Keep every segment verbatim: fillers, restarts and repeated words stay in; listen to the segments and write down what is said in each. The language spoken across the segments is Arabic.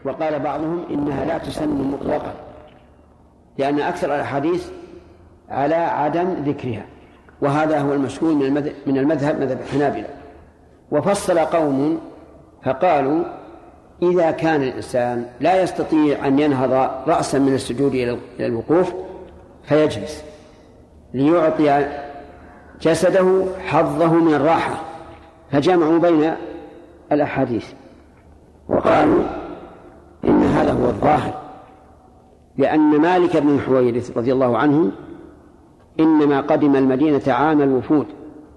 وقال بعضهم إنها لا تسن مطلقا، لأن أكثر الأحاديث على عدم ذكرها، وهذا هو المشهور من المذهب مذهب الحنابلة. وفصل قوم فقالوا إذا كان الإنسان لا يستطيع أن ينهض رأسا من السجود إلى الوقوف فيجلس ليعطي جسده حظه من الراحة، فجمعوا بين الأحاديث وقالوا إن هذا هو الظاهر، لأن مالك بن الحويرث رضي الله عنه إنما قدم المدينة عام الوفود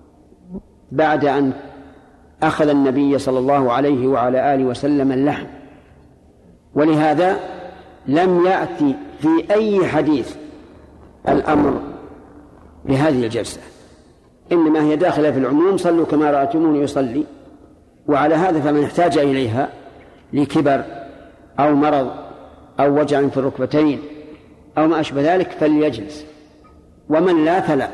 بعد أن أخذ النبي صلى الله عليه وعلى آله وسلم اللحم، ولهذا لم يأتي في أي حديث الأمر بهذه الجلسة، إنما هي داخلة في العموم: صلوا كما رأيتموني يصلي. وعلى هذا فمن احتاج إليها لكبر أو مرض أو وجع في الركبتين أو ما أشبه ذلك فليجلس، ومن لا فلا.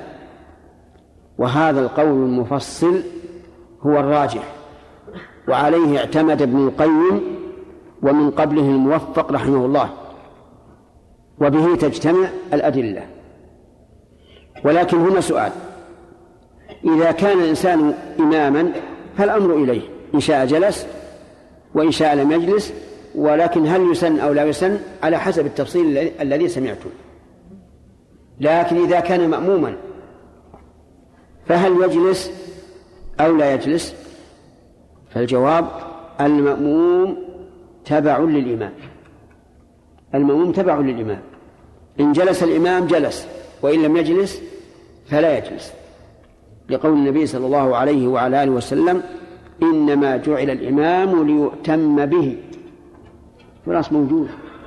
وهذا القول المفصل هو الراجح، وعليه اعتمد ابن القيم ومن قبله الموفق رحمه الله، وبه تجتمع الأدلة. ولكن هنا سؤال: إذا كان الإنسان إماما فالأمر إليه، إن شاء جلس وإن شاء لم يجلس، ولكن هل يسن أو لا يسن على حسب التفصيل الذي سمعته. لكن إذا كان مأموما فهل يجلس أو لا يجلس؟ فالجواب: المأموم تبع للإمام، المأموم تبع للإمام، إن جلس الإمام جلس، وإن لم يجلس فلا يجلس، لقول النبي صلى الله عليه وعلى آله وسلم: إنما جعل الإمام ليؤتم به. فراس موجود.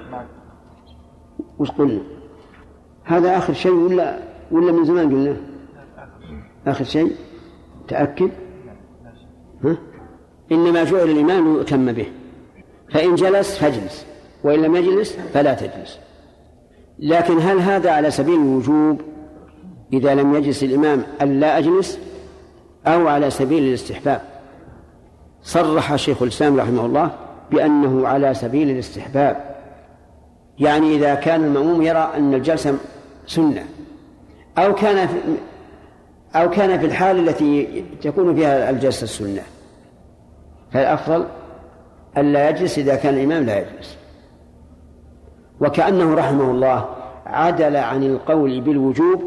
وش قلنا؟ هذا آخر شيء ولا ولا من زمان قلنا آخر شيء؟ تأكد. ها؟ إنما جعل الإمام ليؤتم به، فإن جلس فاجلس، وإن لم يجلس فلا تجلس. لكن هل هذا على سبيل الوجوب إذا لم يجلس الإمام ألا أجلس، أو على سبيل الاستحباب؟ صرح شيخ الإسلام رحمه الله بأنه على سبيل الاستحباب، يعني إذا كان المأموم يرى أن الجلسة سنة، أو كان في أو كان في الحال التي تكون فيها الجلسة السنة، فالأفضل ألا يجلس إذا كان الإمام لا يجلس. وكأنه رحمه الله عدل عن القول بالوجوب،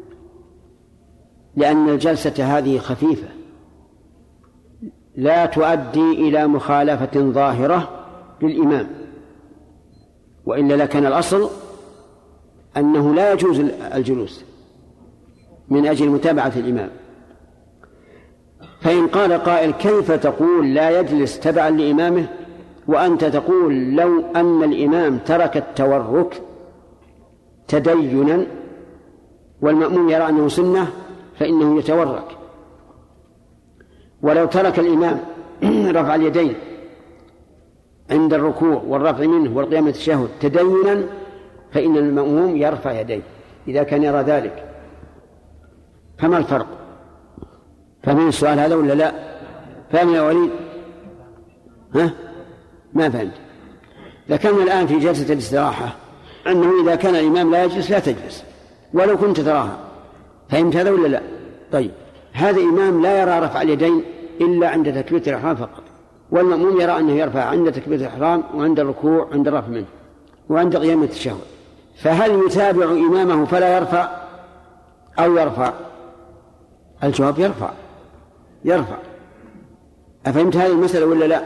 لأن الجلسة هذه خفيفة لا تؤدي إلى مخالفة ظاهرة للإمام، وإلا لكان الأصل أنه لا يجوز الجلوس من أجل متابعة الإمام. فإن قال قائل: كيف تقول لا يجلس تبعا لإمامه وأنت تقول لو أن الإمام ترك التورك تدينا والمأموم يرى أنه سنة فإنه يتورك، ولو ترك الإمام رفع اليدين عند الركوع والرفع منه والقيام التشهد تدينا فإن المأموم يرفع يديه إذا كان يرى ذلك. فما الفرق؟ فمن السؤال هذا ولا لا؟ فهم يا وليد؟ ها؟ ما فهمت. ذكرنا الآن في جلسة الاستراحة أنه إذا كان الإمام لا يجلس لا تجلس ولو كنت تراها. فهمت هذا ولا لا؟ طيب، هذا إمام لا يرى رفع اليدين إلا عند تكبيرة الإحرام فقط، والمأموم يرى أنه يرفع عند تكبيرة الإحرام وعند الركوع عند الرفع منه وعند قيام التشهد، فهل يتابع إمامه فلا يرفع أو يرفع؟ الجواب: يرفع يرفع. أفهمت هذه المسألة ولا لا؟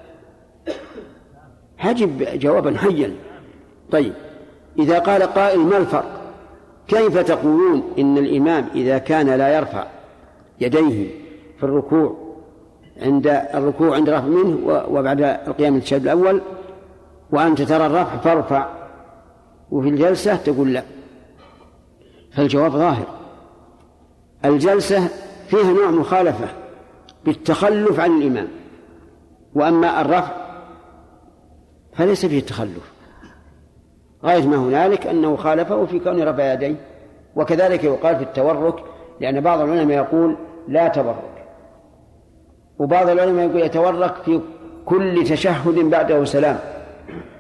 هجب جوابا حيا. طيب، إذا قال قائل: ما الفرق؟ كيف تقولون إن الإمام إذا كان لا يرفع يديه في الركوع عند الركوع عند رفع منه وبعد القيام التشهد الأول وأنت ترى الرفع فارفع، وفي الجلسة تقول لا؟ فالجواب ظاهر، الجلسة فيها نوع مخالفة بالتخلف عن الإمام، وأما الرفع فليس فيه تخلف، غاية ما هنالك أنه خالفه في كون رفع يديه. وكذلك يقال في التورك، لأن بعض العلماء يقول لا تورك، وبعض العلماء يقول يتورك في كل تشهد بعده سلام،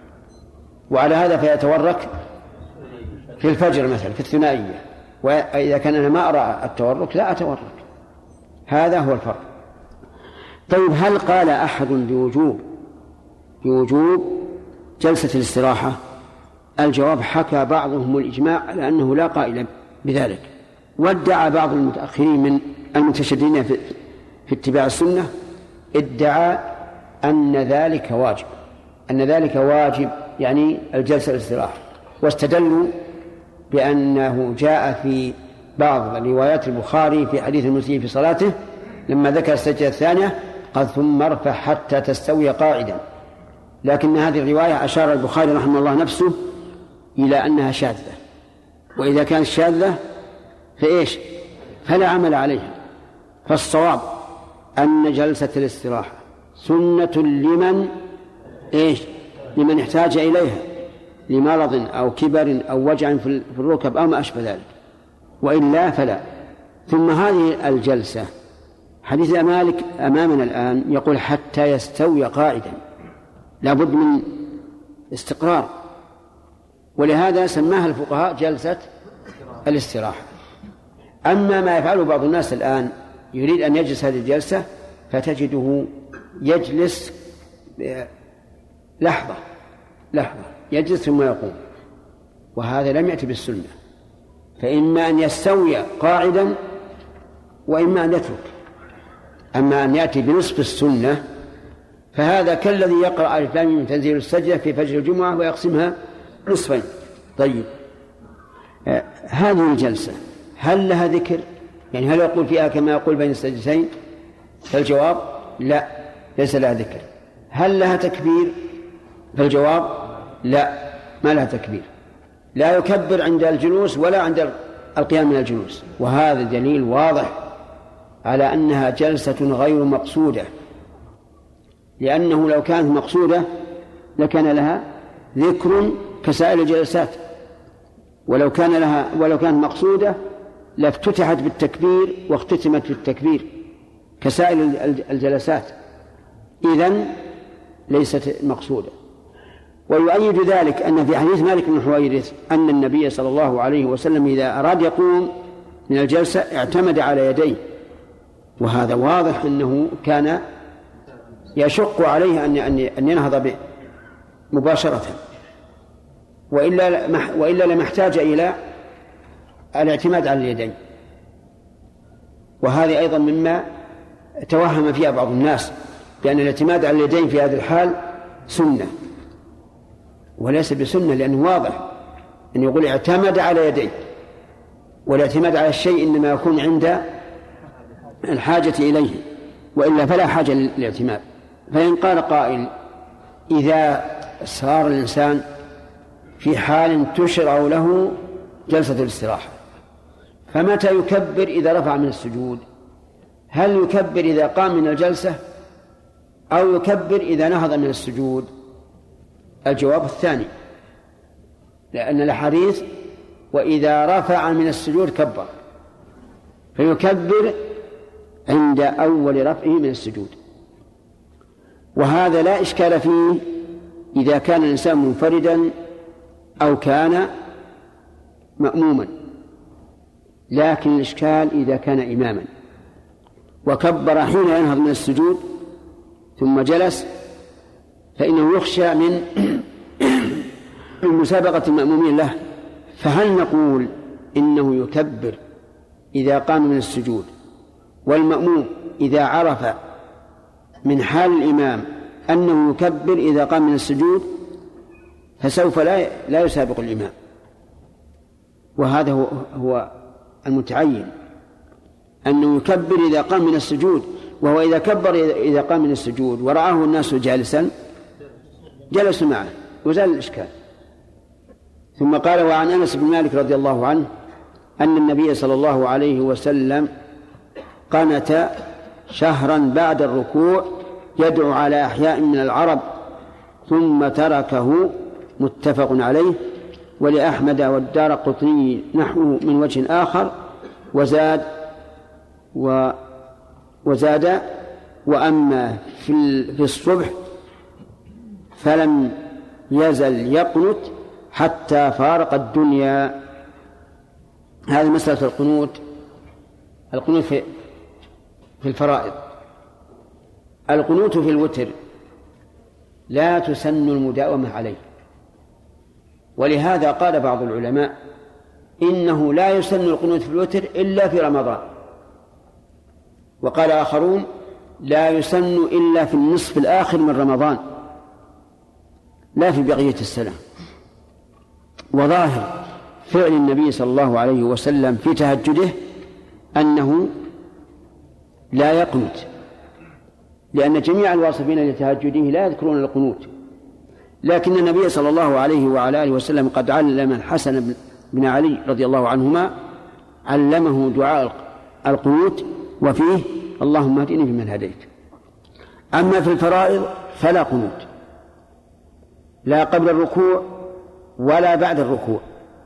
وعلى هذا فيتورك في الفجر مثلا في الثنائية، وإذا كان أنا ما أرى التورك لا أتورك. هذا هو الفرق. طيب هل قال أحد بوجوب بوجوب جلسة الاستراحة؟ الجواب حكى بعضهم الإجماع على أنه لا قائل بذلك، وادعى بعض المتأخرين من المتشددين في, في اتباع السنة ادعى أن ذلك واجب أن ذلك واجب يعني الجلسة الاستراحة، واستدلوا بأنه جاء في بعض روايات البخاري في حديث المسيء في صلاته لما ذكر السجدة الثانية قال ثم ارفع حتى تستوي قاعدا، لكن هذه الرواية أشار البخاري رحمه الله نفسه إلى أنها شاذة، وإذا كانت شاذة فإيش فلا عمل عليها. فالصواب أن جلسة الاستراحة سنة لمن إيش لمن احتاج إليها لمرض أو كبر أو وجع في الركب أو ما أشبه ذلك، وإلا فلا. ثم هذه الجلسة حديث مالك أمامنا الآن يقول حتى يستوي قاعدا، لابد من استقرار، ولهذا سماها الفقهاء جلسة الاستراحة. أما ما يفعله بعض الناس الآن يريد أن يجلس هذه الجلسة فتجده يجلس لحظة لحظة يجلس ثم يقوم، وهذا لم يأتي بالسنة، فإما أن يستوي قاعدا وإما أن يترك. أما أن يأتي بنصف السنة فهذا كالذي يقرأ ألف لام ميم تنزيل السجدة في فجر الجمعة ويقسمها نصفين. طيب آه هذه الجلسة هل لها ذكر؟ يعني هل يقول فيها كما يقول بين السجدتين؟ فالجواب لا، ليس لها ذكر. هل لها تكبير؟ فالجواب لا، ما لها تكبير، لا يكبر عند الجلوس ولا عند القيام من الجلوس، وهذا دليل واضح على أنها جلسة غير مقصودة، لأنه لو كانت مقصودة لكان لها ذكر كسائر الجلسات، ولو كان لها ولو كانت مقصودة لافتتحت بالتكبير واختتمت بالتكبير كسائر الجلسات، إذن ليست مقصودة. ويؤيد ذلك أن في حديث مالك بن حويرث أن النبي صلى الله عليه وسلم إذا أراد يقوم من الجلسة اعتمد على يديه، وهذا واضح أنه كان يشق عليه أن ينهض مباشرة، وإلا وإلا لما احتاج إلى الاعتماد على اليدين. وهذه أيضا مما توهم فيها بعض الناس بأن الاعتماد على اليدين في هذه الحال سنة، وليس بسنة، لأنه واضح أن يقول اعتمد على يديه، والاعتماد على الشيء إنما يكون عند الحاجة إليه، وإلا فلا حاجة للاعتماد. فإن قال قائل إذا صار الإنسان في حال تشرع له جلسة الاستراحة فمتى يكبر إذا رفع من السجود؟ هل يكبر إذا قام من الجلسة أو يكبر إذا نهض من السجود؟ الجواب الثاني، لأن الحديث وإذا رفع من السجود كبر، فيكبر عند أول رفعه من السجود. وهذا لا إشكال فيه إذا كان الإنسان منفردا أو كان مأموما، لكن الإشكال إذا كان إماما وكبر حين ينهض من السجود ثم جلس، فإنه يخشى من مسابقة المأمومين له. فهل نقول إنه يكبر إذا قام من السجود، والمأموم إذا عرف من حال الإمام أنه يكبر إذا قام من السجود فسوف لا لا يسابق الإمام؟ وهذا هو هو المتعين، أنه يكبر إذا قام من السجود، وهو إذا كبر إذا قام من السجود ورآه الناس جالسا جلسوا معه وزال الإشكال. ثم قال: وعن أنس بن مالك رضي الله عنه أن النبي صلى الله عليه وسلم قنت شهرا بعد الركوع يدعو على أحياء من العرب ثم تركه، متفق عليه. ولأحمد والدارقطني نحوه من وجه آخر، وزاد و وزاد وأما في في الصبح فلم يزل يقنت حتى فارق الدنيا. هذه مسألة القنوت. القنوت في في الفرائض. القنوت في الوتر لا تسن المداومة عليه، ولهذا قال بعض العلماء إنه لا يسن القنوت في الوتر إلا في رمضان، وقال آخرون لا يسن إلا في النصف الآخر من رمضان لا في بقية السنة. وظاهر فعل النبي صلى الله عليه وسلم في تهجده أنه لا يقنت، لأن جميع الواصفين لتهجده لا يذكرون القنوت، لكن النبي صلى الله عليه وعلى آله وسلم قد علم الحسن بن علي رضي الله عنهما علمه دعاء القنوت وفيه اللهم اهدني فيمن هديت. أما في الفرائض فلا قنوت، لا قبل الركوع ولا بعد الركوع.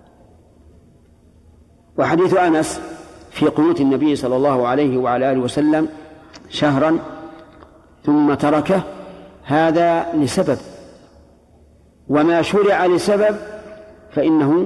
وحديث أنس في قنوت النبي صلى الله عليه وعلى آله وسلم شهرا ثم تركه هذا لسبب، وما شرع لسبب فإنه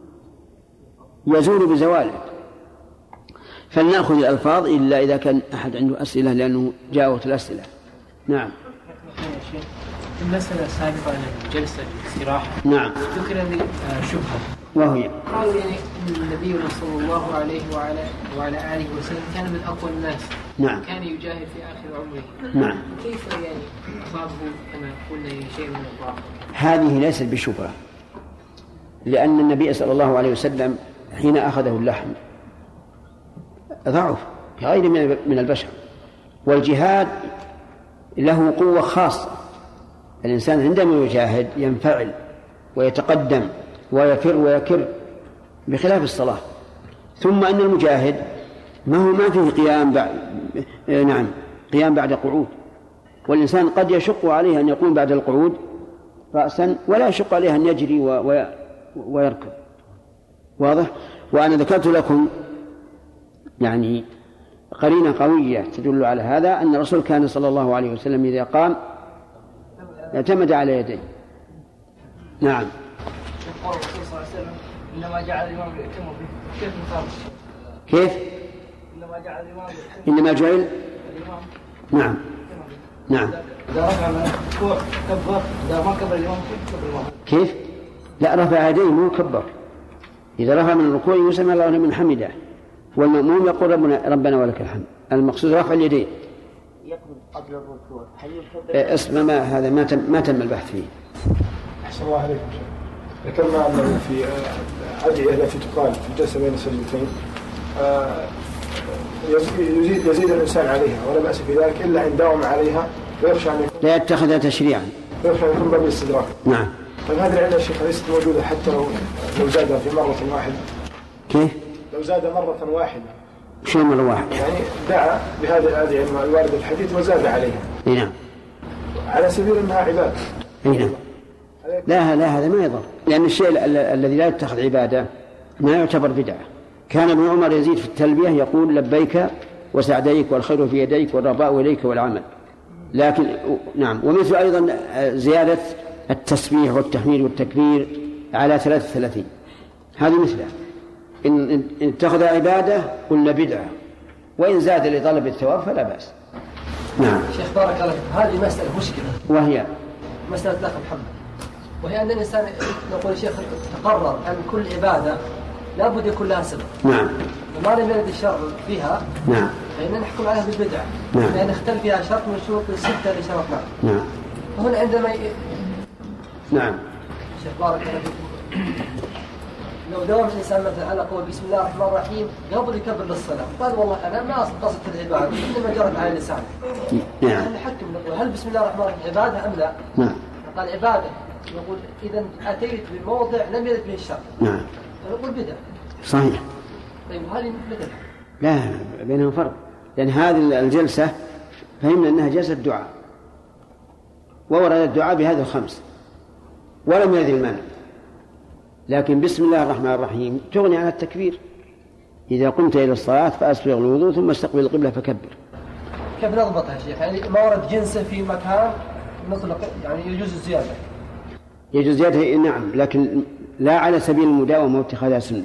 يزول بزواله. فلنأخذ الألفاظ إلا إذا كان أحد عنده أسئلة، لأنه جاءت الأسئلة. نعم. المسألة السابقة عن جلسة الاستراحة نعم ذكر لي شبهة، وهي قالوا يعني أن النبي صلى الله عليه وعلى وعلى آله وسلم كان من أقوى الناس. نعم. كان يجاهد في آخر عمره. نعم. كيف يعني أصابه كما قلنا شيء من الضعف؟ هذه ليست بشبهة، لأن النبي صلى الله عليه وسلم حين أخذه اللحم ضعف كغير من البشر، والجهاد له قوة خاصة. الإنسان عندما يجاهد ينفعل ويتقدم ويفر ويكر، بخلاف الصلاة. ثم أن المجاهد ما هو ما فيه قيام بعد نعم قيام بعد قعود، والإنسان قد يشق عليه أن يقوم بعد القعود رأسا، ولا يشق عليه أن يجري ويركض. واضح؟ وأنا ذكرت لكم يعني قرينة قوية تدل على هذا، أن الرسول كان صلى الله عليه وسلم إذا قام اعتمد على يديه. نعم. قال الرسول صلى الله عليه وسلم إنما جعل الإمام يؤتم به، كيف نقابل؟ كيف؟ إنما جعل الإمام إنما جعل الإمام. نعم نعم. إذا رفع من الركوع كبر، إذا ما كبر الإمام كبر الإمام. كيف؟ لا، رفع يديه مو كبر. إذا رفع من الركوع يسمى الله لمن حمده، والمأموم يقول ربنا ربنا ولك الحمد. المقصود رفع اليدين. يقبل قبل الركوع. اسم ما هذا ما تم ما تم البحث فيه. أحسن الله عليكم. ذكرنا أنه في أدعية التي تقال في الجلسة بين السجدتين يزيد, يزيد الإنسان عليها ولا بأس في ذلك إلا إن داوم عليها ويخشى أن لا يتخذها تشريعا، ويخشى أن يكون باب الاستدراك. نعم. طيب هذه العلة الشيخ ليست موجودة حتى لو لو زاد في مرة واحدة. كيف؟ لو زاد مرة واحدة. شو مرة واحدة؟ يعني دعا بهذه الأدعية الواردة في الحديث وزاد عليها. نعم. على سبيل أنها عبادة. نعم. لا لا هذا ما يضر، لأن الشيء الذي لا يتخذ عبادة ما يعتبر بدعة. كان ابن عمر يزيد في التلبية يقول لبيك وسعديك والخير في يديك والرباء إليك والعمل. لكن نعم، ومثل أيضا زيادة التسبيح والتحميد والتكبير على ثلاثة وثلاثين، هذه مثلها. إن اتخذ عبادة قلنا بدعة، وإن زاد لطلب الثواب فلا بأس. نعم. شيخ بارك الله فيك، هذه مسألة مشكلة، وهي مسألة الأخ محمد، وهي أن الإنسان نقول الشيخ تقرر أن كل عبادة لا بد يكون لها سبب. نعم. وما لم يرد الشرع بها نعم فإننا نحكم عليها بالبدعة. نعم. لأن اختلف فيها شرط من الشروط الستة اللي شرطناها. نعم. وهنا عندما ي... نعم. شيخ بارك الله فيك، لو داوم الإنسان مثلا على قول بسم الله الرحمن الرحيم قبل يكبر للصلاة، قال والله أنا ما قصدت العبادة إنما جرت على لساني. نعم. نحكم نقول هل بسم الله الرحمن الرحيم عبادة أم لا؟ نعم. قال عبادة، نقول إذا أتيت بموضع لم يرد به الشرع. نعم. فنقول بدعة. صحيح. طيب وهذه بدعة؟ لا، بينهم فرق، لأن هذه الجلسة فهمنا أنها جلسة دعاء، وورد الدعاء بهذه الخمس ولم يرد المانع. لكن بسم الله الرحمن الرحيم تغني عن التكبير. إذا قمت إلى الصلاة فأسبغ الوضوء ثم استقبل القبلة فكبر. كيف نضبطها يا شيخ؟ يعني ما ورد جنسه في مكان مطلق يعني يجوز الزيادة. يجوز زيادة نعم، لكن لا على سبيل المداومة واتخاذها سنة،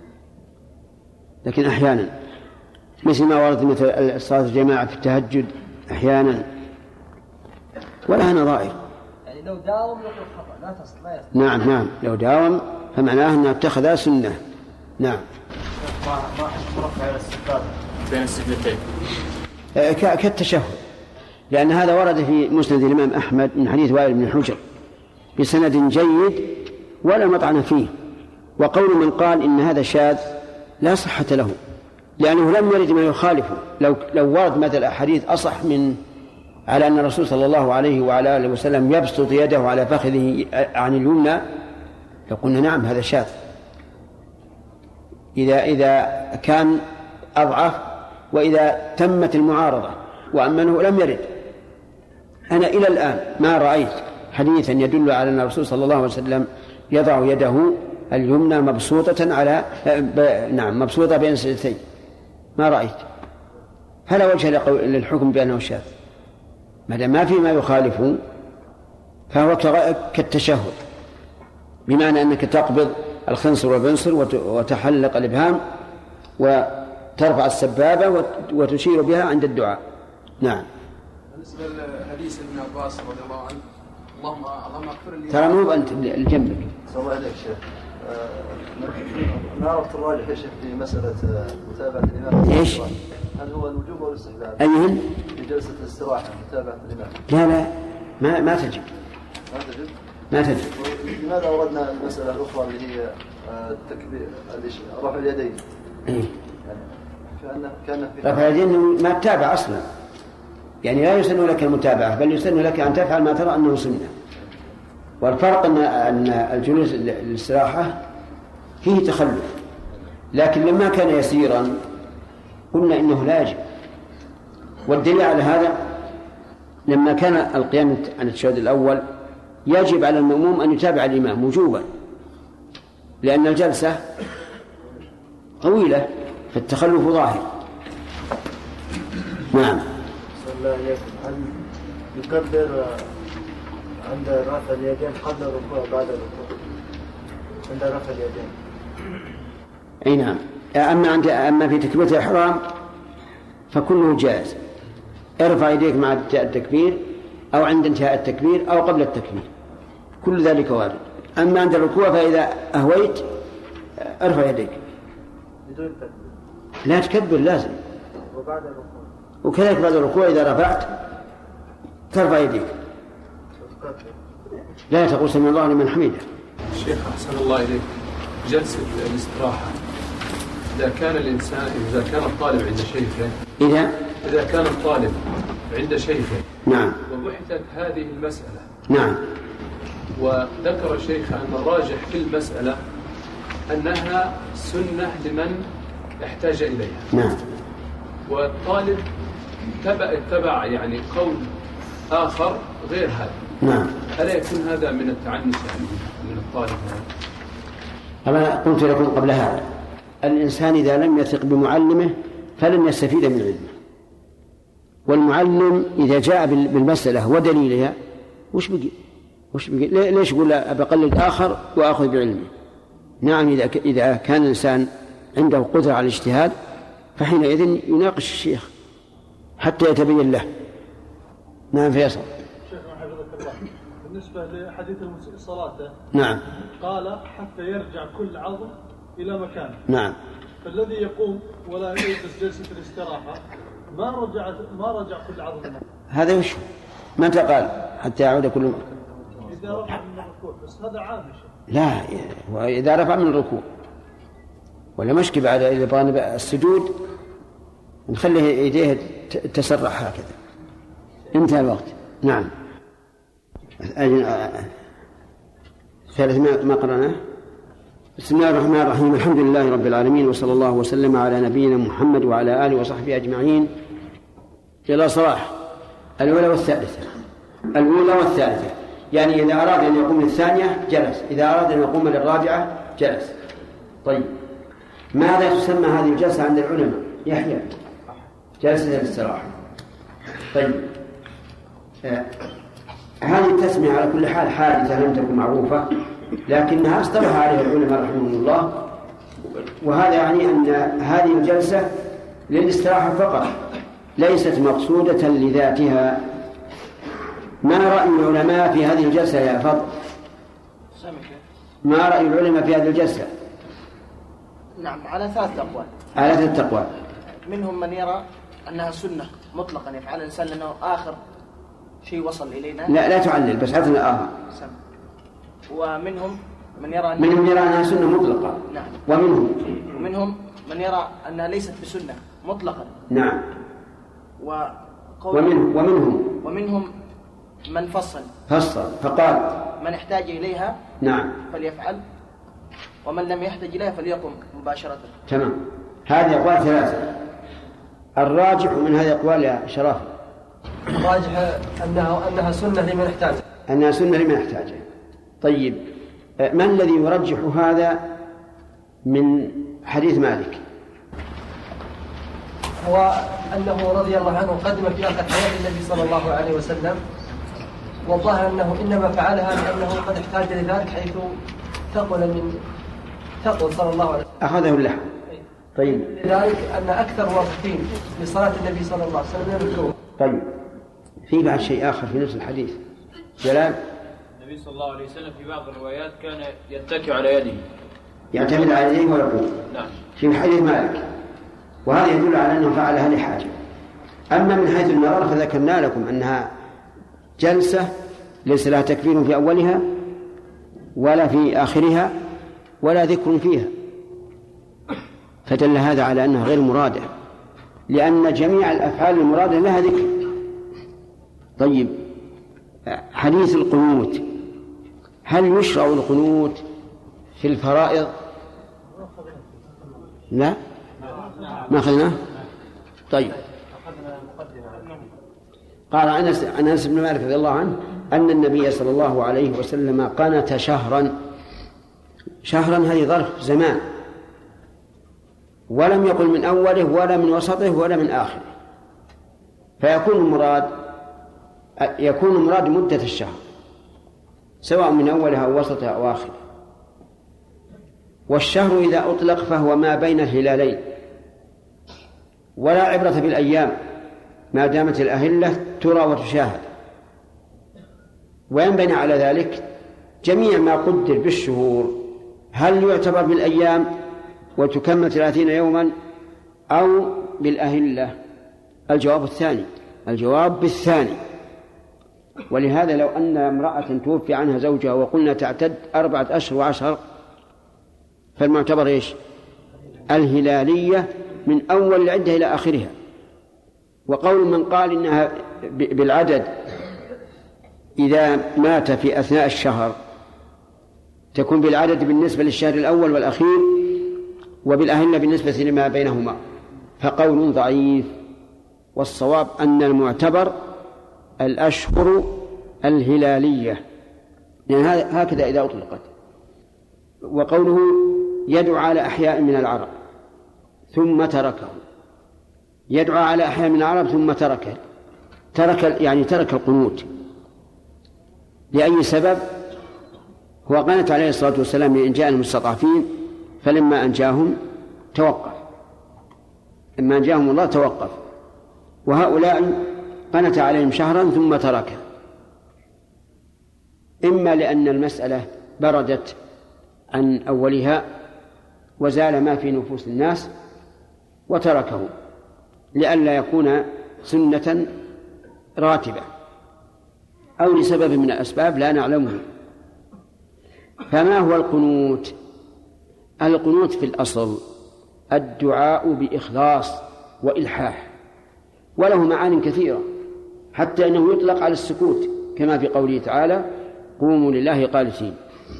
لكن أحيانا مثل ما ورد مثل صلاة الجماعة في التهجد أحيانا ولها نظائر. يعني لو داوم يقول خطأ لا تصل لا يصل. نعم نعم لو داوم فمعناه أنه اتخذها سنة. نعم. ما ما رفع على السجدة بين السجدتين كالتشهد، لأن هذا ورد في مسند الإمام أحمد من حديث وائل بن حجر بسند جيد ولا مطعن فيه. وقول من قال إن هذا شاذ لا صحة له، لأنه لم يرد ما يخالفه. لو لو ورد مثل أحاديث أصح من على أن الرسول صلى الله عليه وعلى آله وسلم يبسط يده على فخذه عن اليمنى لقلنا نعم هذا شاذ، إذا إذا كان أضعف وإذا تمت المعارضة. وأما أنه لم يرد، أنا إلى الآن ما رأيت حديثا يدل على أن الرسول صلى الله عليه وسلم يضع يده اليمنى مبسوطة على نعم مبسوطة بين السجدتين، ما رأيت. فلا وجه للحكم بأنه شاذ، ما دام ما في ما يخالفه فهو كالتشهد، بمعنى أنك تقبض الخنصر والبنصر وتحلق الإبهام وترفع السبابة وتشير بها عند الدعاء. نعم. بالنسبة لحديث ابن عباس رضي الله عنه اللهم اللهم اغفر لي. ترى مو أنت الجنبك. صلى الله عليك شيخ. ما عرفت الراجح يا شيخ في مسألة متابعة الإمام. إيش؟ هل هو الوجوب أو الاستحباب؟ أيهن؟ في جلسة الاستراحة متابعة الإمام. لا لا ما ما تجب. ما تجب. ما تجب. لماذا أوردنا المسألة الأخرى اللي هي التكبير رفع اليدين؟ إيه؟ كان كان في رفع اليدين ما تتابع أصلا، يعني لا يسن لك المتابعة بل يسن لك أن تفعل ما ترى أنه سنة. والفرق أن أن الجلوس للاستراحة فيه تخلف، لكن لما كان يسيرا قلنا إنه لا يجب. والدليل على هذا لما كان القيام عن التشهد الأول يجب على المأموم أن يتابع الإمام وجوبا، لأن الجلسة طويلة فالتخلف ظاهر. نعم. هل يكبر عند رفع اليدين قبل الركوع بعد الركوع؟ عند رفع اليدين. أي نعم. أما عند أما في تكبيرة الإحرام فكله جائز، ارفع يديك مع التكبير أو عند انتهاء التكبير أو قبل التكبير، كل ذلك وارد. أما عند الركوع فإذا أهويت ارفع يديك بدون تكبير، لا تكبر لازم. وبعد الركوع وكذلك بعد الركوع إذا رفعت ترفع يديك، لا تقول سمع الله لمن حمده. الشيخ أحسن الله إليك، جلسة الاستراحة إذا كان الإنسان إذا كان الطالب عند شيخه إذا إذا كان الطالب عند شيخه نعم وبحثت هذه المسألة نعم وذكر الشيخ أن الراجح في المسألة أنها سنة لمن احتاج إليها، نعم، والطالب تبع اتبع يعني قول آخر غير هذا، نعم، ألا يكون هذا من التعنت يعني من الطالب؟ طبعا قلت لكم قبل هذا الإنسان إذا لم يثق بمعلمه فلن يستفيد من علمه، والمعلم إذا جاء بالمسألة ودليلها وش بقي وش بقي ليش يقول بقلد آخر وأخذ بعلمه؟ نعم، إذا إذا كان الإنسان عنده قدرة على الاجتهاد فحينئذ يناقش الشيخ حتى يتبين له. نعم فيصل. شيخنا حفظك الله، بالنسبة لحديث المسيء صلاته نعم قال حتى يرجع كل عظم إلى مكانه، نعم، فالذي يقوم ولا يجلس جلسة الاستراحة ما رجع ما رجع كل عظم. هذا وش متى قال حتى يعود كل م... إذا رفع من الركوع، بس هذا عام شيء. لا، وإذا رفع من الركوع ولا مشكي بعد إذا بغى السجود نخليه يديه تسرح هكذا انتهى الوقت. نعم. ثالث ما قرأناه. بسم الله الرحمن الرحيم، الحمد لله رب العالمين، وصلى الله وسلم على نبينا محمد وعلى آله وصحبه أجمعين. إلى صلاح الأولى والثالثة. الأولى والثالثة يعني إذا أراد أن يقوم للثانية جلس، إذا أراد أن يقوم للرابعة جلس. طيب، ماذا تسمى هذه الجلسة عند العلماء؟ يحيى جلسة الاستراحة. طيب، هذه التسمية على كل حال حادثة لم تكن معروفة، لكنها اصطلح عليها العلماء رحمهم الله. وهذا يعني أن هذه الجلسة للاستراحة فقط، ليست مقصودة لذاتها. ما رأي العلماء في هذه الجلسة يا فضل؟ ما رأي العلماء في هذه الجلسة؟ نعم، على ثلاث أقوال. على ثلاث أقوال. منهم من يرى أنها سنة مطلقا يفعل الإنسان لأنه آخر شيء وصل إلينا. لا لا تعلل، بس عطنا آخر. ومنهم من يرى أنها منهم يرى أنها سنة مطلقة. نعم. ومنهم ومنهم من يرى أنها ليست بسنة مطلقا. نعم. ومنهم ومنهم ومنهم من فصل فصل فقال من احتاج إليها نعم فليفعل، ومن لم يحتاج إليها فليقم مباشرة. تمام. هذه أقوال ثلاثة. الراجح من هذه الأقوال يا شرف؟ الراجح أنها أنها سنة لمن احتاج. أنها سنة لمن احتاج. طيب، ما الذي يرجح هذا من حديث مالك؟ هو أنه رضي الله عنه قدم في آخر حياة النبي صلى الله عليه وسلم، والله أنه إنما فعلها لأنه قد احتاج لذلك، حيث ثقل من ثقل صلى الله عليه وسلم أخذه اللحم. طيب، لذلك أن أكثر واقفين لصلاة النبي صلى الله عليه وسلم يذكرون. طيب، في بعد شيء آخر في نفس الحديث. جلال، النبي صلى الله عليه وسلم في بعض الروايات كان يتكئ على يده، يعتمد على يديه ويقول. نعم. في حديث مالك، وهذا يدل على أنه فعلها لحاجة. أما من حيث النظر فذكرنا لكم أنها جلسة ليس لها تكبير في أولها ولا في آخرها ولا ذكر فيها، فدل هذا على أنها غير مرادة، لأن جميع الأفعال المرادة لها ذكر. طيب، حديث القنوت، هل يشرع القنوت في الفرائض؟ لا، ما أخذناه. طيب، قال أنس عن أنس بن مالك رضي الله عنه أن النبي صلى الله عليه وسلم قنت شهرا. شهرا هذه ظرف زمان، ولم يقل من أوله ولا من وسطه ولا من آخره، فيكون المراد يكون المراد مدة الشهر سواء من أولها أو وسطها أو آخره. والشهر إذا أطلق فهو ما بين الهلالين، ولا عبرة بالأيام ما دامت الأهلة ترى وتشاهد. وينبني على ذلك جميع ما قدر بالشهور، هل يعتبر بالأيام وتكمل ثلاثين يوما أو بالأهلة؟ الجواب الثاني، الجواب بالثاني. ولهذا لو أن امرأة توفي عنها زوجها وقلنا تعتد أربعة أشهر وعشر، فالمعتبر إيش؟ الهلالية من أول العدة إلى آخرها. وقول من قال إنها بالعدد إذا مات في أثناء الشهر تكون بالعدد بالنسبة للشهر الأول والأخير وبالأهلة بالنسبة لما بينهما، فقول ضعيف. والصواب أن المعتبر الأشهر الهلالية، لأن هكذا إذا أطلقت. وقوله يدعو على أحياء من العرب ثم تركه، يدعو على أحياء من العرب ثم تركه، ترك يعني ترك القنوت. لأي سبب؟ هو قنت عليه الصلاة والسلام لإنجاء المستضعفين، فلما أنجاهم توقف، لما أنجاهم الله توقف. وهؤلاء قنت عليهم شهرا ثم تركه، إما لأن المسألة بردت عن أولها وزال ما في نفوس الناس وتركه لئلا يكون سنة راتبة، أو لسبب من الأسباب لا نعلمه. فما هو القنوت؟ القنوت في الأصل الدعاء بإخلاص وإلحاح، وله معان كثيرة، حتى أنه يطلق على السكوت كما في قوله تعالى قوموا لله قانتين،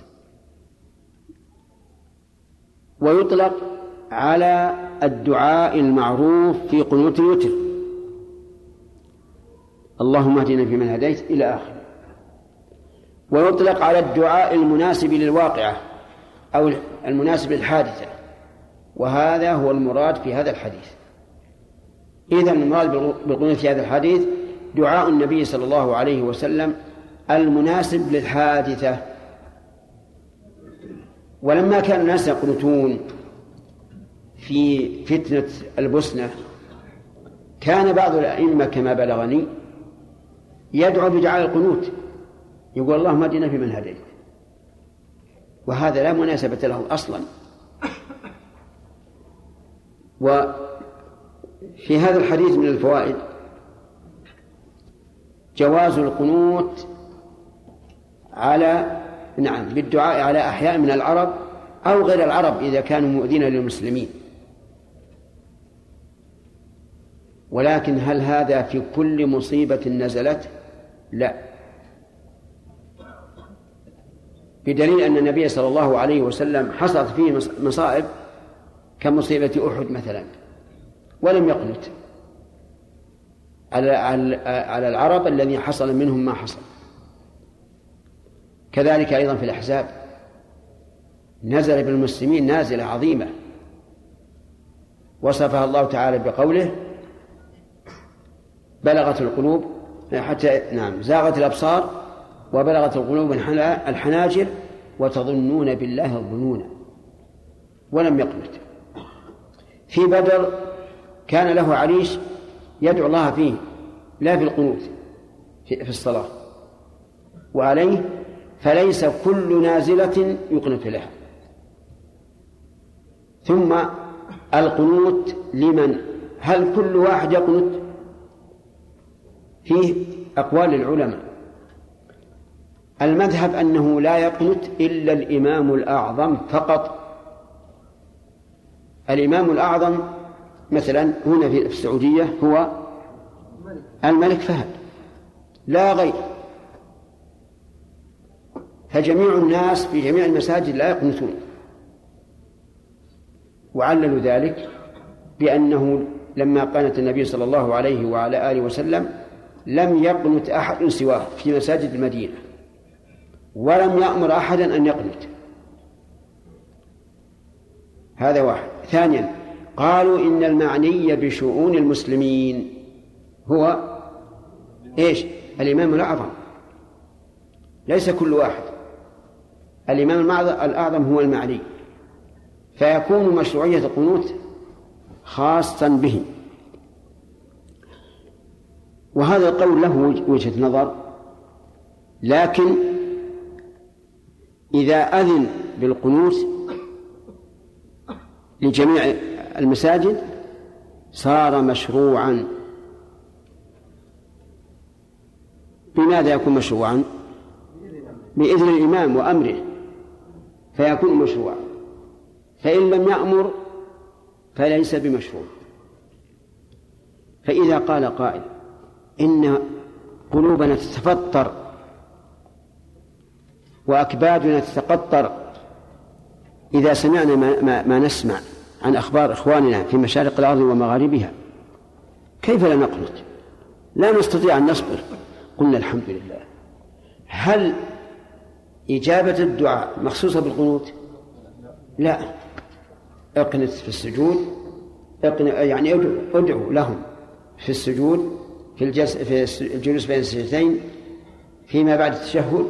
ويطلق على الدعاء المعروف في قنوت الوتر اللهم اهدنا فيمن هديت إلى آخره، ويطلق على الدعاء المناسب للواقعة أو المناسب للحادثة، وهذا هو المراد في هذا الحديث. إذن المراد بالقنوت في هذا الحديث دعاء النبي صلى الله عليه وسلم المناسب للحادثة. ولما كان الناس يقنطون في فتنة البوسنة كان بعض الأئمة كما بلغني يدعو بدعاء القنوت، يقول اللهم اهدنا فيمن هديت، وهذا لا مناسبة له أصلا. وفي هذا الحديث من الفوائد جواز القنوت على نعم بالدعاء على أحياء من العرب أو غير العرب إذا كانوا مؤذين للمسلمين. ولكن هل هذا في كل مصيبة نزلت؟ لا، بدليل أن النبي صلى الله عليه وسلم حصلت فيه مصائب كمصيبة أحد مثلا ولم يقنت على العرب الذين حصل منهم ما حصل. كذلك أيضا في الأحزاب نزل بالمسلمين نازلة عظيمة وصفها الله تعالى بقوله بلغت القلوب حتى نعم زاغت الأبصار وبلغت القلوب الحناجر وتظنون بالله الظنون، ولم يقنت. في بدر كان له عريش يدعو الله فيه لا في القنوت في الصلاة، وعليه فليس كل نازلة يقنت لها. ثم القنوت لمن؟ هل كل واحد يقنت؟ فيه أقوال للعلماء. المذهب أنه لا يقنت إلا الإمام الأعظم فقط. الإمام الأعظم مثلا هنا في السعودية هو الملك فهد لا غير، فجميع الناس في جميع المساجد لا يقنتون. وعللوا ذلك بأنه لما قنت النبي صلى الله عليه وعلى آله وسلم لم يقنت أحد سواه في مساجد المدينة، ولم يأمر أحدا أن يقنت. هذا واحد. ثانيا قالوا إن المعني بشؤون المسلمين هو إيش؟ الإمام الأعظم، ليس كل واحد. الإمام الأعظم هو المعني، فيكون مشروعية القنوت خاصا به. وهذا القول له وجهة نظر، لكن إذا أذن بالقنوت لجميع المساجد صار مشروعا. بماذا يكون مشروعا؟ بإذن الإمام وأمره فيكون مشروعا، فإن لم يأمر فليس بمشروع. فإذا قال قائل إن قلوبنا تتفطر وأكبادنا تتقطر إذا سمعنا ما, ما, ما نسمع عن أخبار إخواننا في مشارق الأرض ومغاربها، كيف لا نقنط؟ لا نستطيع أن نصبر. قلنا الحمد لله. هل إجابة الدعاء مخصوصة بالقنوت؟ لا. اقنت في السجود، يعني ادعو لهم في السجود، في, الجلس في الجلوس بين السجدتين، فيما بعد التشهد،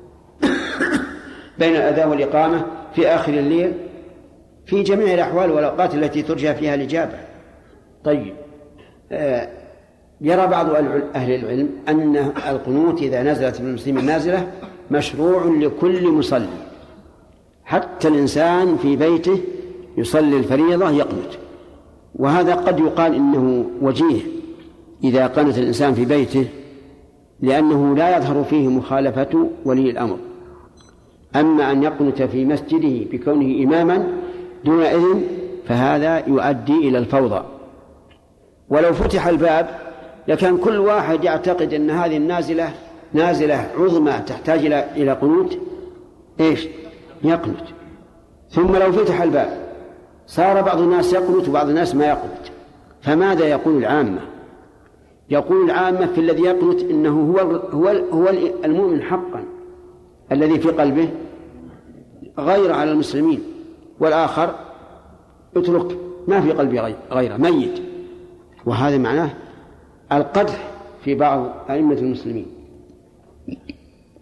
بين الأذان والإقامة، في آخر الليل، في جميع الأحوال والأوقات التي ترجى فيها الإجابة. طيب، آه يرى بعض أهل العلم أن القنوت إذا نزلت بالمسلمين نازلة مشروع لكل مصلي، حتى الإنسان في بيته يصلي الفريضة يقنت. وهذا قد يقال إنه وجيه إذا قنت الإنسان في بيته، لأنه لا يظهر فيه مخالفة ولي الأمر. أما أن يقنت في مسجده بكونه إماما دون إذن فهذا يؤدي إلى الفوضى. ولو فتح الباب لكان كل واحد يعتقد أن هذه النازلة نازلة عظمى تحتاج إلى قنوت، إيش؟ يقنت. ثم لو فتح الباب صار بعض الناس يقنت وبعض الناس ما يقنت، فماذا يقول العامة؟ يقول العامة في الذي يقنت إنه هو هو هو المؤمن حقا الذي في قلبه غير على المسلمين، والآخر اترك ما في قلبه غيره ميت. وهذا معناه القدح في بعض أئمة المسلمين.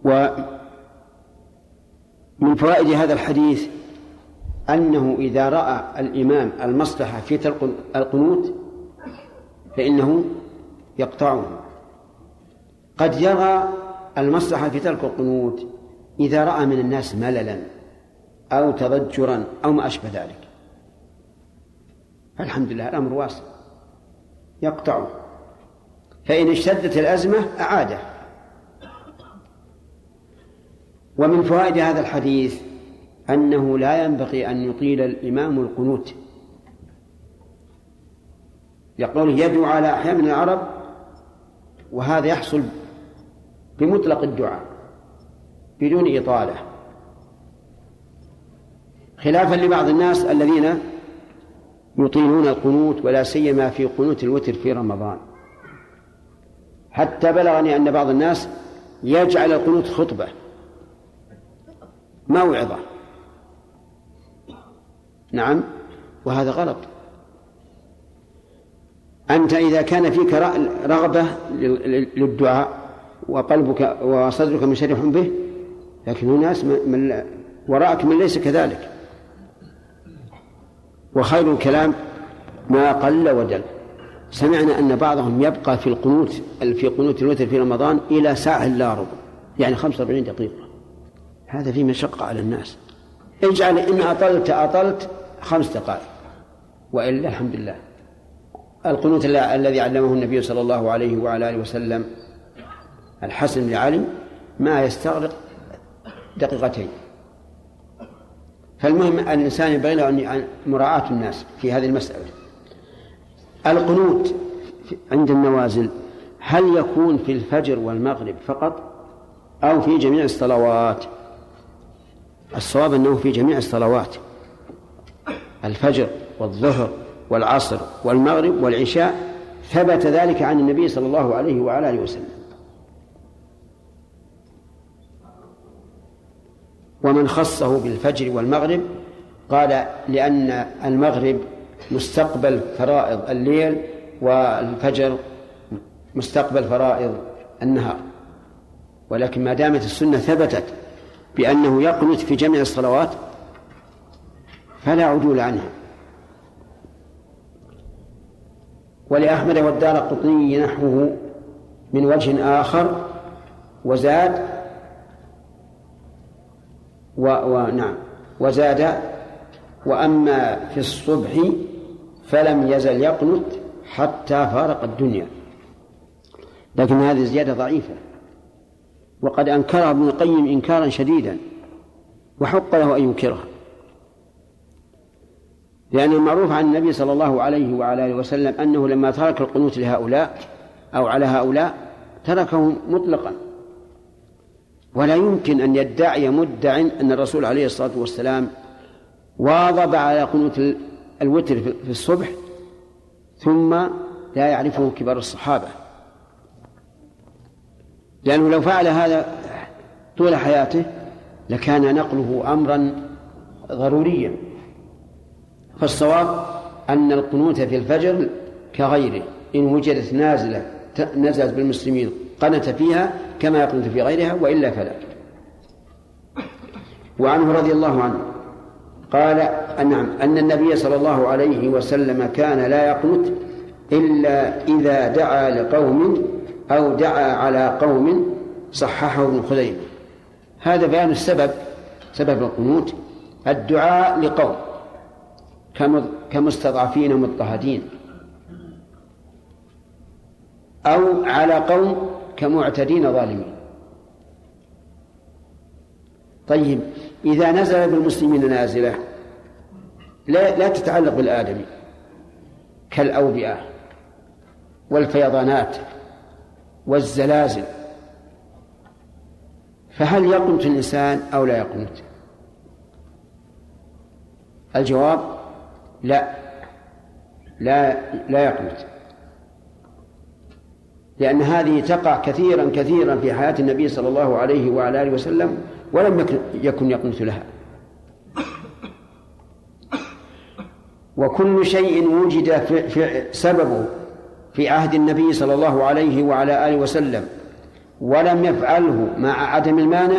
ومن فوائد هذا الحديث أنه إذا رأى الإمام المصلحة في ترك القنوت فإنه يقطعه. قد يرى المصلحة في ترك القنوت إذا رأى من الناس مللا أو تضجرا أو ما أشبه ذلك، الحمد لله الأمر واسع، يقطعه. فإن اشتدت الأزمة أعاده. ومن فوائد هذا الحديث أنه لا ينبغي أن يطيل الإمام القنوت، يقول يدعو على أحياء من العرب، وهذا يحصل بمطلق الدعاء بدون إطالة، خلافا لبعض الناس الذين يطيلون القنوت، ولا سيما في قنوت الوتر في رمضان، حتى بلغني أن بعض الناس يجعل القنوت خطبة موعظة. نعم، وهذا غلط. أنت إذا كان فيك رغبة للدعاء وقلبك وصدرك منشرح به، لكن هناك من وراءك من ليس كذلك. وخير الكلام ما قل ودل. سمعنا أن بعضهم يبقى في القنوت في قنوت الوتر في رمضان إلى ساعة إلا ربع، يعني خمسة وأربعين دقيقة. هذا فيه مشقة على الناس. اجعل إن أطلت أطلت خمس دقائق، وإلا الحمد لله. القنوت الذي علمه النبي صلى الله عليه وعلى آله وسلم الحسن بن علي ما يستغرق دقيقتين. فالمهم أن الإنسان ينبغي له أن مراعاة الناس في هذه المسألة. القنوت عند النوازل هل يكون في الفجر والمغرب فقط أو في جميع الصلوات؟ الصواب أنه في جميع الصلوات، الفجر والظهر والعصر والمغرب والعشاء، ثبت ذلك عن النبي صلى الله عليه وعلى آله وسلم. ومن خصه بالفجر والمغرب قال لأن المغرب مستقبل فرائض الليل والفجر مستقبل فرائض النهار، ولكن ما دامت السنة ثبتت بأنه يقنت في جميع الصلوات فلا عدول عنها. ولأحمد والدارقطني نحوه من وجه آخر وزاد و... ونعم وزاد وأما في الصبح فلم يزل يقنت حتى فارق الدنيا، لكن هذه الزيادة ضعيفة، وقد أنكرها ابن القيم إنكارا شديدا، وحق له أن ينكرها، لأن المعروف عن النبي صلى الله عليه وعلى آله وسلم أنه لما ترك القنوت لهؤلاء أو على هؤلاء تركهم مطلقا. ولا يمكن أن يدعي مدع أن الرسول عليه الصلاة والسلام واظب على قنوت الوتر في الصبح ثم لا يعرفه كبار الصحابة، لأنه لو فعل هذا طول حياته لكان نقله أمرا ضروريا. فالصواب أن القنوت في الفجر كغيره، إن وجدت نازلة نزلت بالمسلمين قنت فيها كما يقنت في غيرها، وإلا فلا. وعنه رضي الله عنه قال نعم أن النبي صلى الله عليه وسلم كان لا يقنت إلا إذا دعا لقوم أو دعا على قوم، صححه ابن خزيمة. هذا بيان السبب، سبب القنوت الدعاء لقوم كمستضعفين ومضطهدين، أو على قوم كمعتدين ظالمين. طيب إذا نزل بالمسلمين نازلة لا, لا تتعلق بالآدمي كالأوبئة والفيضانات والزلازل، فهل يقنت الإنسان أو لا يقنت؟ الجواب لا لا لا يقنت، لأن هذه تقع كثيرا كثيرا في حياة النبي صلى الله عليه وعلى آله وسلم ولم يكن يقنت لها. وكل شيء وجد في سببه في عهد النبي صلى الله عليه وعلى آله وسلم ولم يفعله مع عدم المانع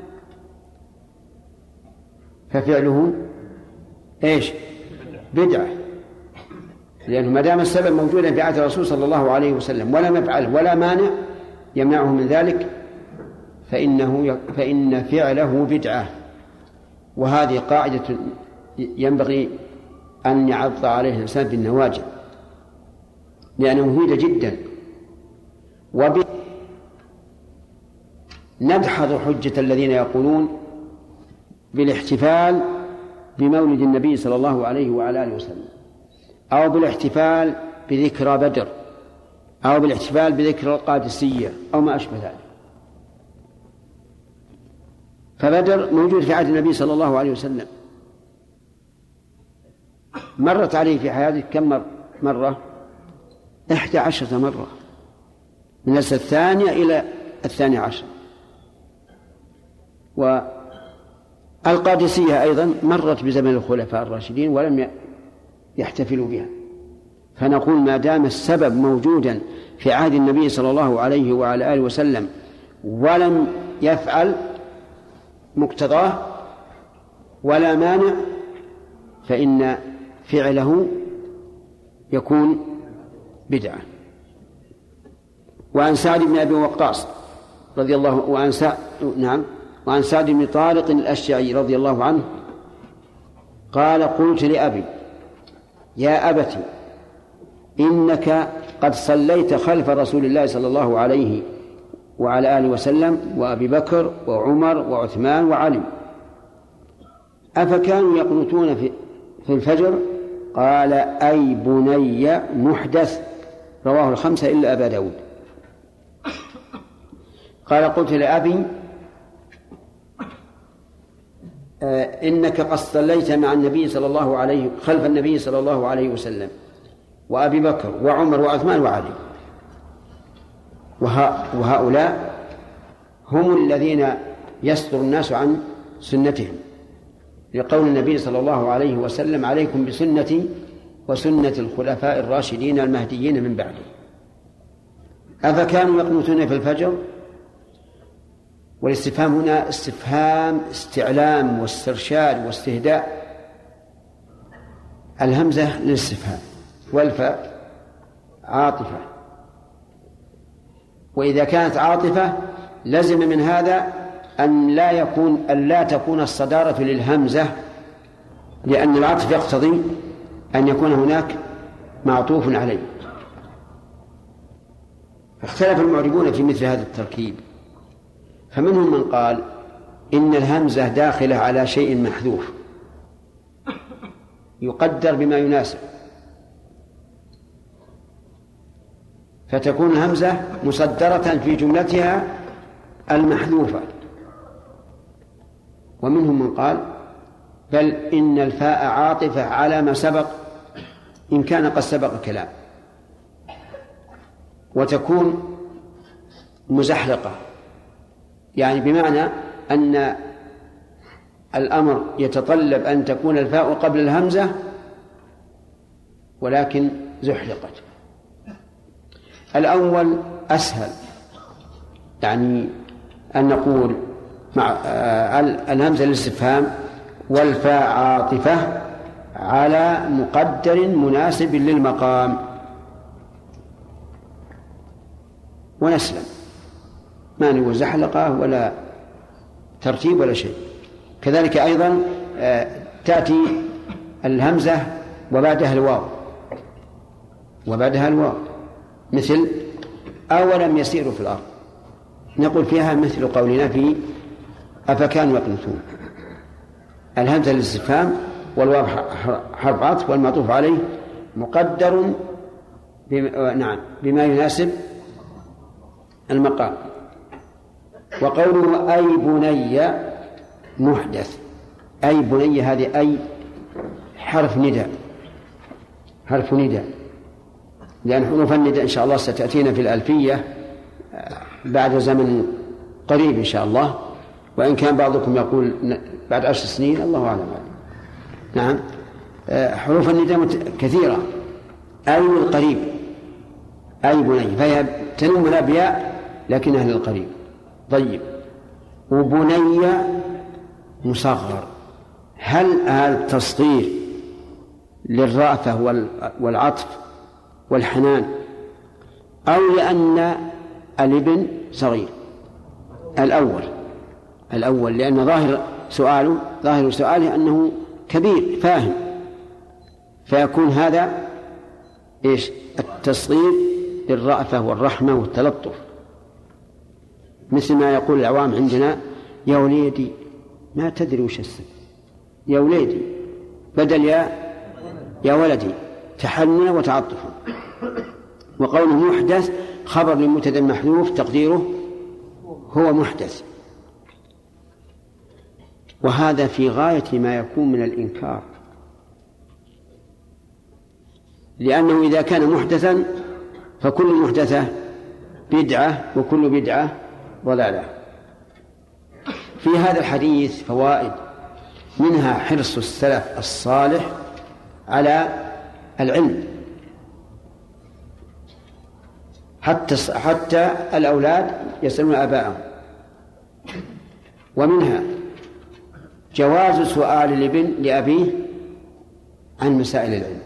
ففعله ايش؟ بدعة، لأنه ما دام السبب موجودا في عهد الرسول صلى الله عليه وسلم ولم يفعله ولا مانع يمنعه من ذلك فإنه فإن فعله بدعة. وهذه قاعدة ينبغي أن يعض عليها الإنسان بالنواجذ لأنه مفيدة جدا. وندحض حجة الذين يقولون بالاحتفال بمولد النبي صلى الله عليه وعلى آله وسلم، أو بالاحتفال بذكرى بدر، أو بالاحتفال بذكرى القادسية أو ما أشبه ذلك. فبدر موجود في عهد النبي صلى الله عليه وسلم، مرت عليه في حياته كم مرة؟ إحدى عشرة مرة، من السنة الثانية إلى الثانية عشر. والقادسية أيضا مرت بزمن الخلفاء الراشدين ولم يحتفلوا بها. فنقول ما دام السبب موجودا في عهد النبي صلى الله عليه وعلى آله وسلم ولم يفعل مقتضاه ولا مانع فإن فعله يكون بدعة. وعن سعد بن أبي وقاص رضي الله وعن سعد نعم وعن سعد بن طارق الأشجعي رضي الله عنه قال قلت لأبي يا أبت إنك قد صليت خلف رسول الله صلى الله عليه وعلى آله وسلم وأبي بكر وعمر وعثمان وعلي، أفكانوا يقنطون في, في الفجر؟ قال أي بني محدث، رواه الخمسة إلا أبا داود. قال قلت لأبي آه إنك قد صليت مع النبي صلى الله عليه خلف النبي صلى الله عليه وسلم وأبي بكر وعمر وعثمان وعلي، وهؤلاء هم الذين يصدر الناس عن سنتهم، لقول النبي صلى الله عليه وسلم عليكم بسنتي وسنة الخلفاء الراشدين المهديين من بعدي. أفكانوا يقنطون في الفجر؟ والاستفهام هنا استفهام استعلام واسترشاد واستهداء، الهمزة للاستفهام والفاء عاطفة، وإذا كانت عاطفة لزم من هذا أن لا يكون أن لا تكون الصدارة للهمزة، لأن العطف يقتضي أن يكون هناك معطوف عليه. اختلف المعربون في مثل هذا التركيب، فمنهم من قال إن الهمزة داخلة على شيء محذوف يقدر بما يناسب، فتكون الهمزة مصدرة في جملتها المحذوفة. ومنهم من قال بل إن الفاء عاطفة على ما سبق إن كان قد سبق كلام، وتكون مزحلقة، يعني بمعنى أن الأمر يتطلب أن تكون الفاء قبل الهمزة ولكن زحلقت. الأول أسهل، يعني أن نقول مع الهمزة للاستفهام والفاء عاطفة على مقدر مناسب للمقام ونسلم، ما نقول زحلقة ولا ترتيب ولا شيء. كذلك أيضا تأتي الهمزة وبعدها الواو وبعدها الواو مثل أولم يسيروا في الأرض، نقول فيها مثل قولنا في أفكانوا يقنطون، الهمزة للاستفهام والواو حرف عطف والمعطوف عليه مقدر بما نعم بما يناسب المقام. وقوله أي بني محدث، أي بني هذه أي حرف نداء، حرف نداء، لأن حروف النداء إن شاء الله ستأتينا في الألفية بعد زمن قريب إن شاء الله، وإن كان بعضكم يقول بعد عشر سنين الله أعلم. نعم حروف النداء كثيرة، أي القريب أي بني، فهي تنم الأبياء لكنها للقريب. طيب، وبني مصغر، هل هذا التصغير للرأفة والعطف والحنان أو لأن الابن صغير؟ الأول الأول لأن ظاهر سؤاله ظاهر سؤاله أنه كبير فاهم، فيكون هذا إيش؟ التصغير للرأفة والرحمة والتلطف، مثل ما يقول العوام عندنا: يا وليدي، ما تدري وش السبب، يا وليدي، بدل يا يا ولدي، تحننا وتعطفا. وقوله محدث خبر لمبتدأ محذوف تقديره هو محدث، وهذا في غاية ما يكون من الإنكار، لأنه إذا كان محدثا فكل محدثة بدعة وكل بدعة ضلالة. في هذا الحديث فوائد، منها حرص السلف الصالح على العلم، حتى حتى الأولاد يسألون آباءهم. ومنها جواز سؤال الابن لأبيه عن مسائل العلم.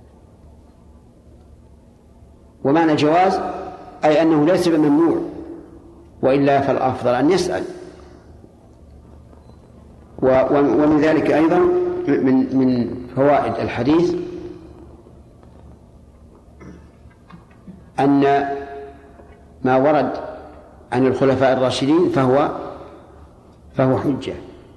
ومعنى جواز أي أنه ليس بممنوع، وإلا فالأفضل أن يسأل. ومن ذلك أيضا من من فوائد الحديث أن ما ورد عن الخلفاء الراشدين فهو فهو حجة.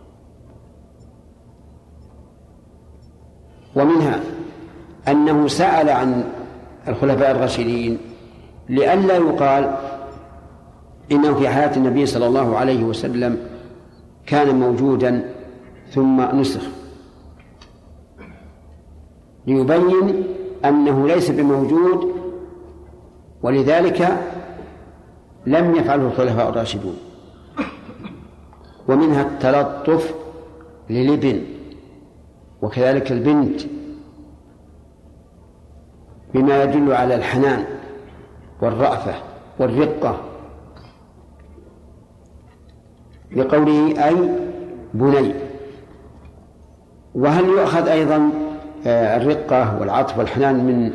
ومنها أنه سأل عن الخلفاء الراشدين لئلا يقال إنه في حياة النبي صلى الله عليه وسلم كان موجودا ثم نسخ، ليبين أنه ليس بموجود، ولذلك لم يفعله الخلفاء الراشدون. ومنها التلطف للابن وكذلك البنت بما يدل على الحنان والرأفة والرقة، لقوله أي بني. وهل يؤخذ أيضا الرقة والعطف والحنان من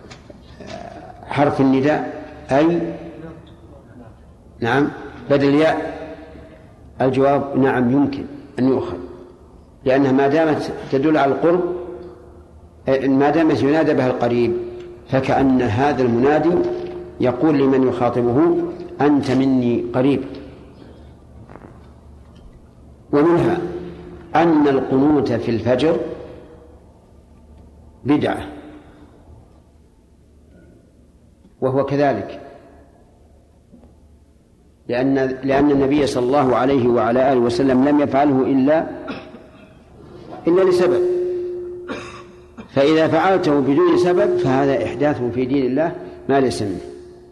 حرف النداء أي؟ نعم، بدل ياء. الجواب نعم، يمكن أن يؤخذ، لأنها ما دامت تدل على القرب، ما دامت ينادى بها القريب، فكأن هذا المنادي يقول لمن يخاطبه: أنت مني قريب. ومنها أن القنوت في الفجر بدعة، وهو كذلك، لأن لأن النبي صلى الله عليه وعلى آله وسلم لم يفعله إلا إلا لسبب، فإذا فعلته بدون سبب فهذا إحداث في دين الله ما ليس منه.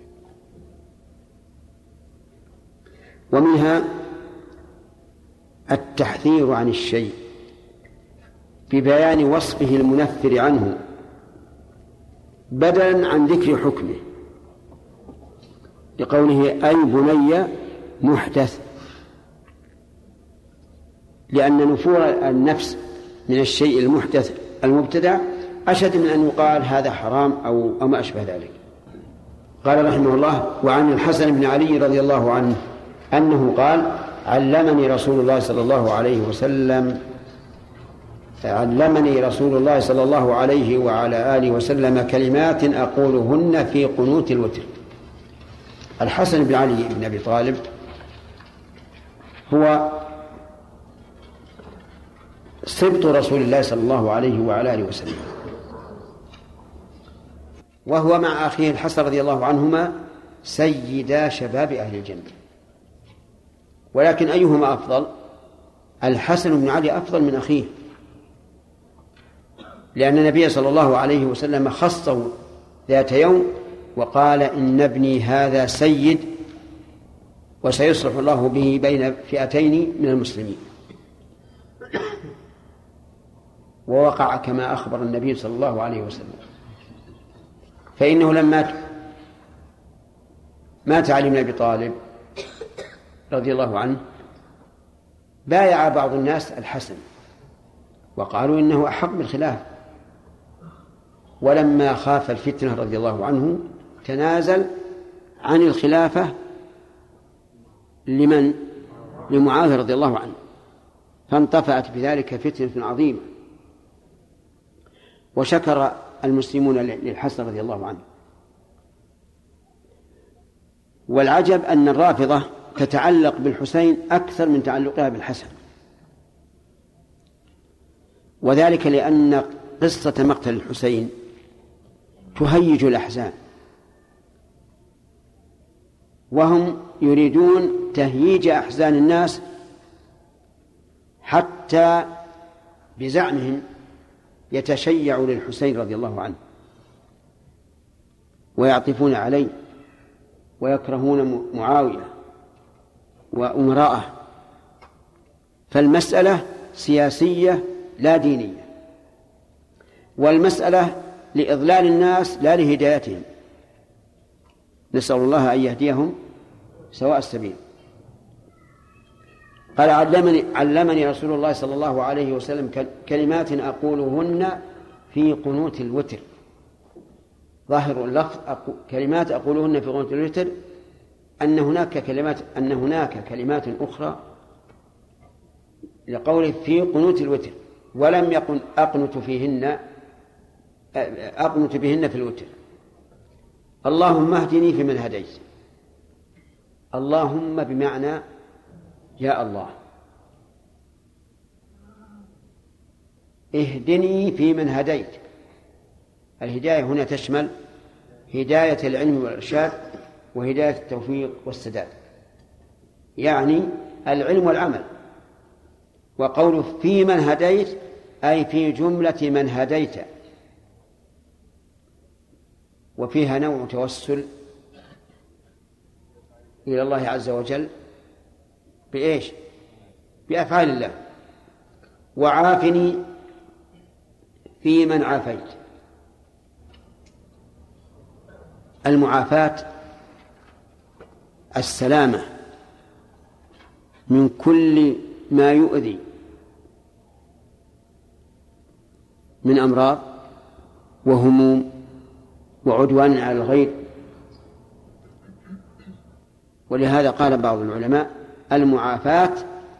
ومنها التحذير عن الشيء ببيان وصفه المنفر عنه بدلا عن ذكر حكمه، لقوله أي بني محدث، لأن نفور النفس من الشيء المحدث المبتدع أشد من أن يقال هذا حرام أو أو ما أشبه ذلك. قال رحمه الله: وعن الحسن بن علي رضي الله عنه أنه قال: علمني رسول الله صلى الله عليه وسلم علمني رسول الله صلى الله عليه وعلى آله وسلم كلمات أقولهن في قنوت الوتر. الحسن بن علي بن أبي طالب هو سبط رسول الله صلى الله عليه وعلى آله وسلم، وهو مع أخيه الحسن رضي الله عنهما سيدا شباب أهل الجنة. ولكن أيهما أفضل؟ الحسن بن علي أفضل من أخيه، لأن النبي صلى الله عليه وسلم خصه ذات يوم وقال: إن ابني هذا سيد وسيصلح الله به بين فئتين من المسلمين. ووقع كما أخبر النبي صلى الله عليه وسلم، فإنه لما مات علي بن أبي طالب رضي الله عنه بايع بعض الناس الحسن وقالوا إنه أحق بالخلافة، ولما خاف الفتنة رضي الله عنه تنازل عن الخلافة لمن؟ لمعاوية رضي الله عنه، فانطفأت بذلك فتنة عظيمة. وشكر المسلمون للحسن رضي الله عنه. والعجب أن الرافضة تتعلق بالحسين أكثر من تعلقها بالحسن، وذلك لأن قصة مقتل الحسين تهيج الأحزان، وهم يريدون تهييج أحزان الناس حتى بزعمهم يتشيع للحسين رضي الله عنه ويعطفون عليه ويكرهون معاوية وأمراءه. فالمسألة سياسية لا دينية، والمسألة لإضلال الناس لا لهدايتهم. نسأل الله أن يهديهم سواء السبيل. قال علمني, علمني رسول الله صلى الله عليه وسلم كلمات أقولهن في قنوت الوتر. ظاهر اللفظ أقو كلمات أقولهن في قنوت الوتر أن هناك كلمات أن هناك كلمات أخرى لقوله في قنوت الوتر، ولم يقل أقنت فيهن أقنت بهن في الوتر. اللهم اهدني فيمن هديت. اللهم بمعنى يا الله، اهدني فيمن هديت. الهداية هنا تشمل هداية العلم والإرشاد وهداية التوفيق والسداد، يعني العلم والعمل. وقوله في من هديت أي في جملة من هديت، وفيها نوع توسل إلى الله عز وجل بإيش؟ بأفعال الله. وعافني في من عافيت. المعافاة السلامة من كل ما يؤذي من أمراض وهموم وعدوان على الغير. ولهذا قال بعض العلماء المعافاة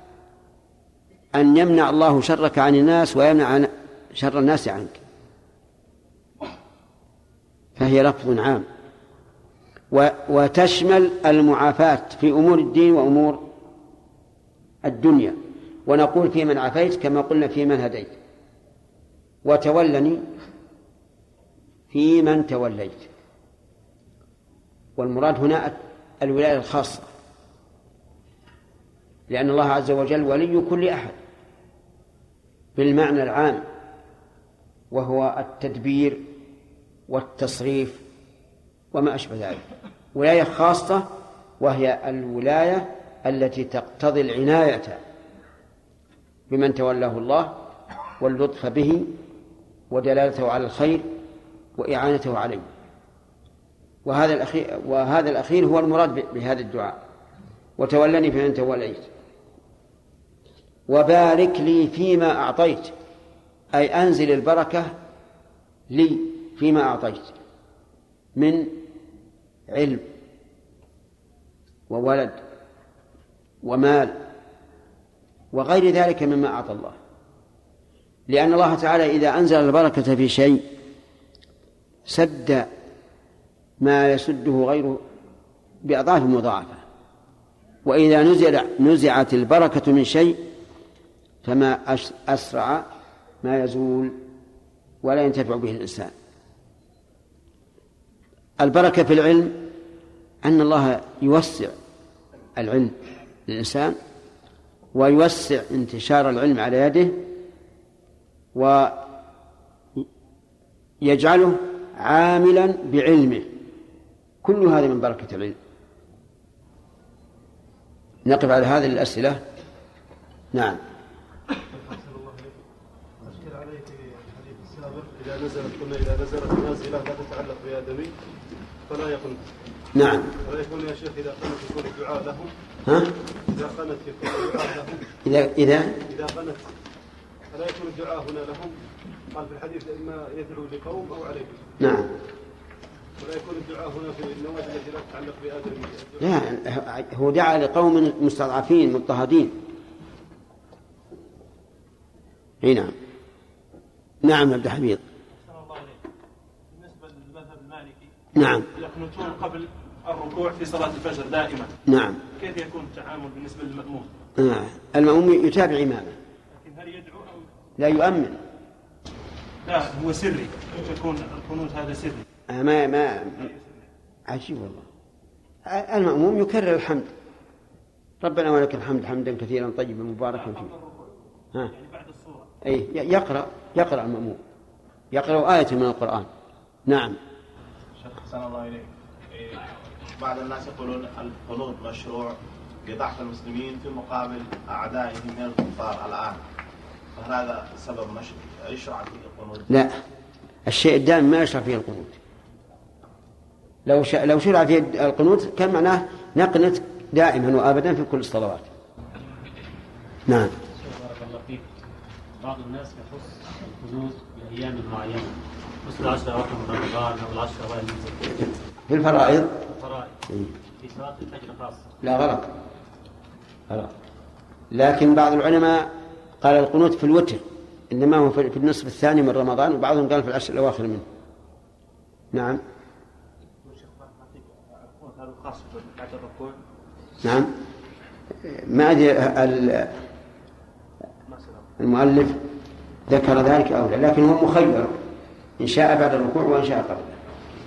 أن يمنع الله شرك عن الناس ويمنع شر الناس عنك، فهي لفظ عام وتشمل المعافاة في أمور الدين وأمور الدنيا. ونقول في من عافيت كما قلنا في من هديت. وتولني في من توليت. والمراد هنا الولاية الخاصة، لأن الله عز وجل ولي كل أحد بالمعنى العام، وهو التدبير والتصريف وما أشبه ذلك. ولاية خاصة وهي الولاية التي تقتضي العناية بمن تولاه الله واللطف به ودلالته على الخير وإعانته عليه. وهذا الأخير, وهذا الأخير هو المراد بهذا الدعاء. وتولني فمن توليت وبارك لي فيما أعطيت، أي أنزل البركة لي فيما أعطيت من علم وولد ومال وغير ذلك مما أعطى الله. لأن الله تعالى إذا أنزل البركة في شيء سد ما يسده غيره بأضعاف مضاعفة، وإذا نزل نزعت البركة من شيء فما أسرع ما يزول ولا ينتفع به الإنسان. البركة في العلم أن الله يوسع العلم للإنسان ويوسع انتشار العلم على يده ويجعله عاملا بعلمه. كل هذا من بركة العلم. نقف على هذه الأسئلة. نعم. أشكل عليه في حديث السابق إذا نزلت كنا إذا نزلت نازلة لا تتعلق بآدمي فلا يقنط. نعم. ولا يكون يا شيخ إذا قنت يكون الدعاء لهم. ها؟ إذا قنت يكون الدعاء لهم. إذا إذا إذا قنت فلا يكون الدعاء هنا لهم. قال في الحديث إما يدعو لقوم أو عليهم. نعم. ولا يكون الدعاء هنا في النوازل التي لا تتعلق بآدمي. لا، هو دعا لقوم مستضعفين مضطهدين. اي نعم. نعم عبد الحميد. بالنسبة للمذهب المالكي نعم يقنطون قبل الركوع في صلاة الفجر دائما. نعم. كيف يكون التعامل بالنسبة للمأموم؟ نعم. المأموم يتابع إمامه. لكن هل يدعو أو لا يؤمن؟ لا هو سري، كيف يكون القنوت هذا سري؟ آه ما ما عجيب والله. المأموم يكرر الحمد، ربنا ولك الحمد حمدا كثيرا طيبا مباركا فيه. ها. يعني بعد الصورة. أي يقرأ يقرأ المأموم يقرأ آية من القرآن. نعم. شيخ حسن الله إليك، بعض الناس يقولون القنوت مشروع لضعف المسلمين في مقابل أعدائهم من الكفار الآن، فهل هذا سبب مشروع يشرع فيه القنوت؟ لا، الشيء الدائم ما يشرع فيه القنوت. لو ش... لو شرع فيه القنوت كان معناه نقنت دائما وابدا في كل الصلوات. نعم. بارك الله فيك. بعض الناس يخص القنوت بايام معينه مثل العشر اواخر من رمضان او العشر اوائل من ذي الحجه. في الفرائض. الفرائض. في صلاه الفجر خاصه. لا غلط. غلط. لكن بعض العلماء قال القنوت في الوتر، إنما هو في النصف الثاني من رمضان، وبعضهم قال في العشر الأواخر منه. نعم. بعد الركوع. نعم. ما أدري المؤلف ذكر ذلك أو لا، لكن هو مخير إن شاء بعد الركوع وإن شاء قبله.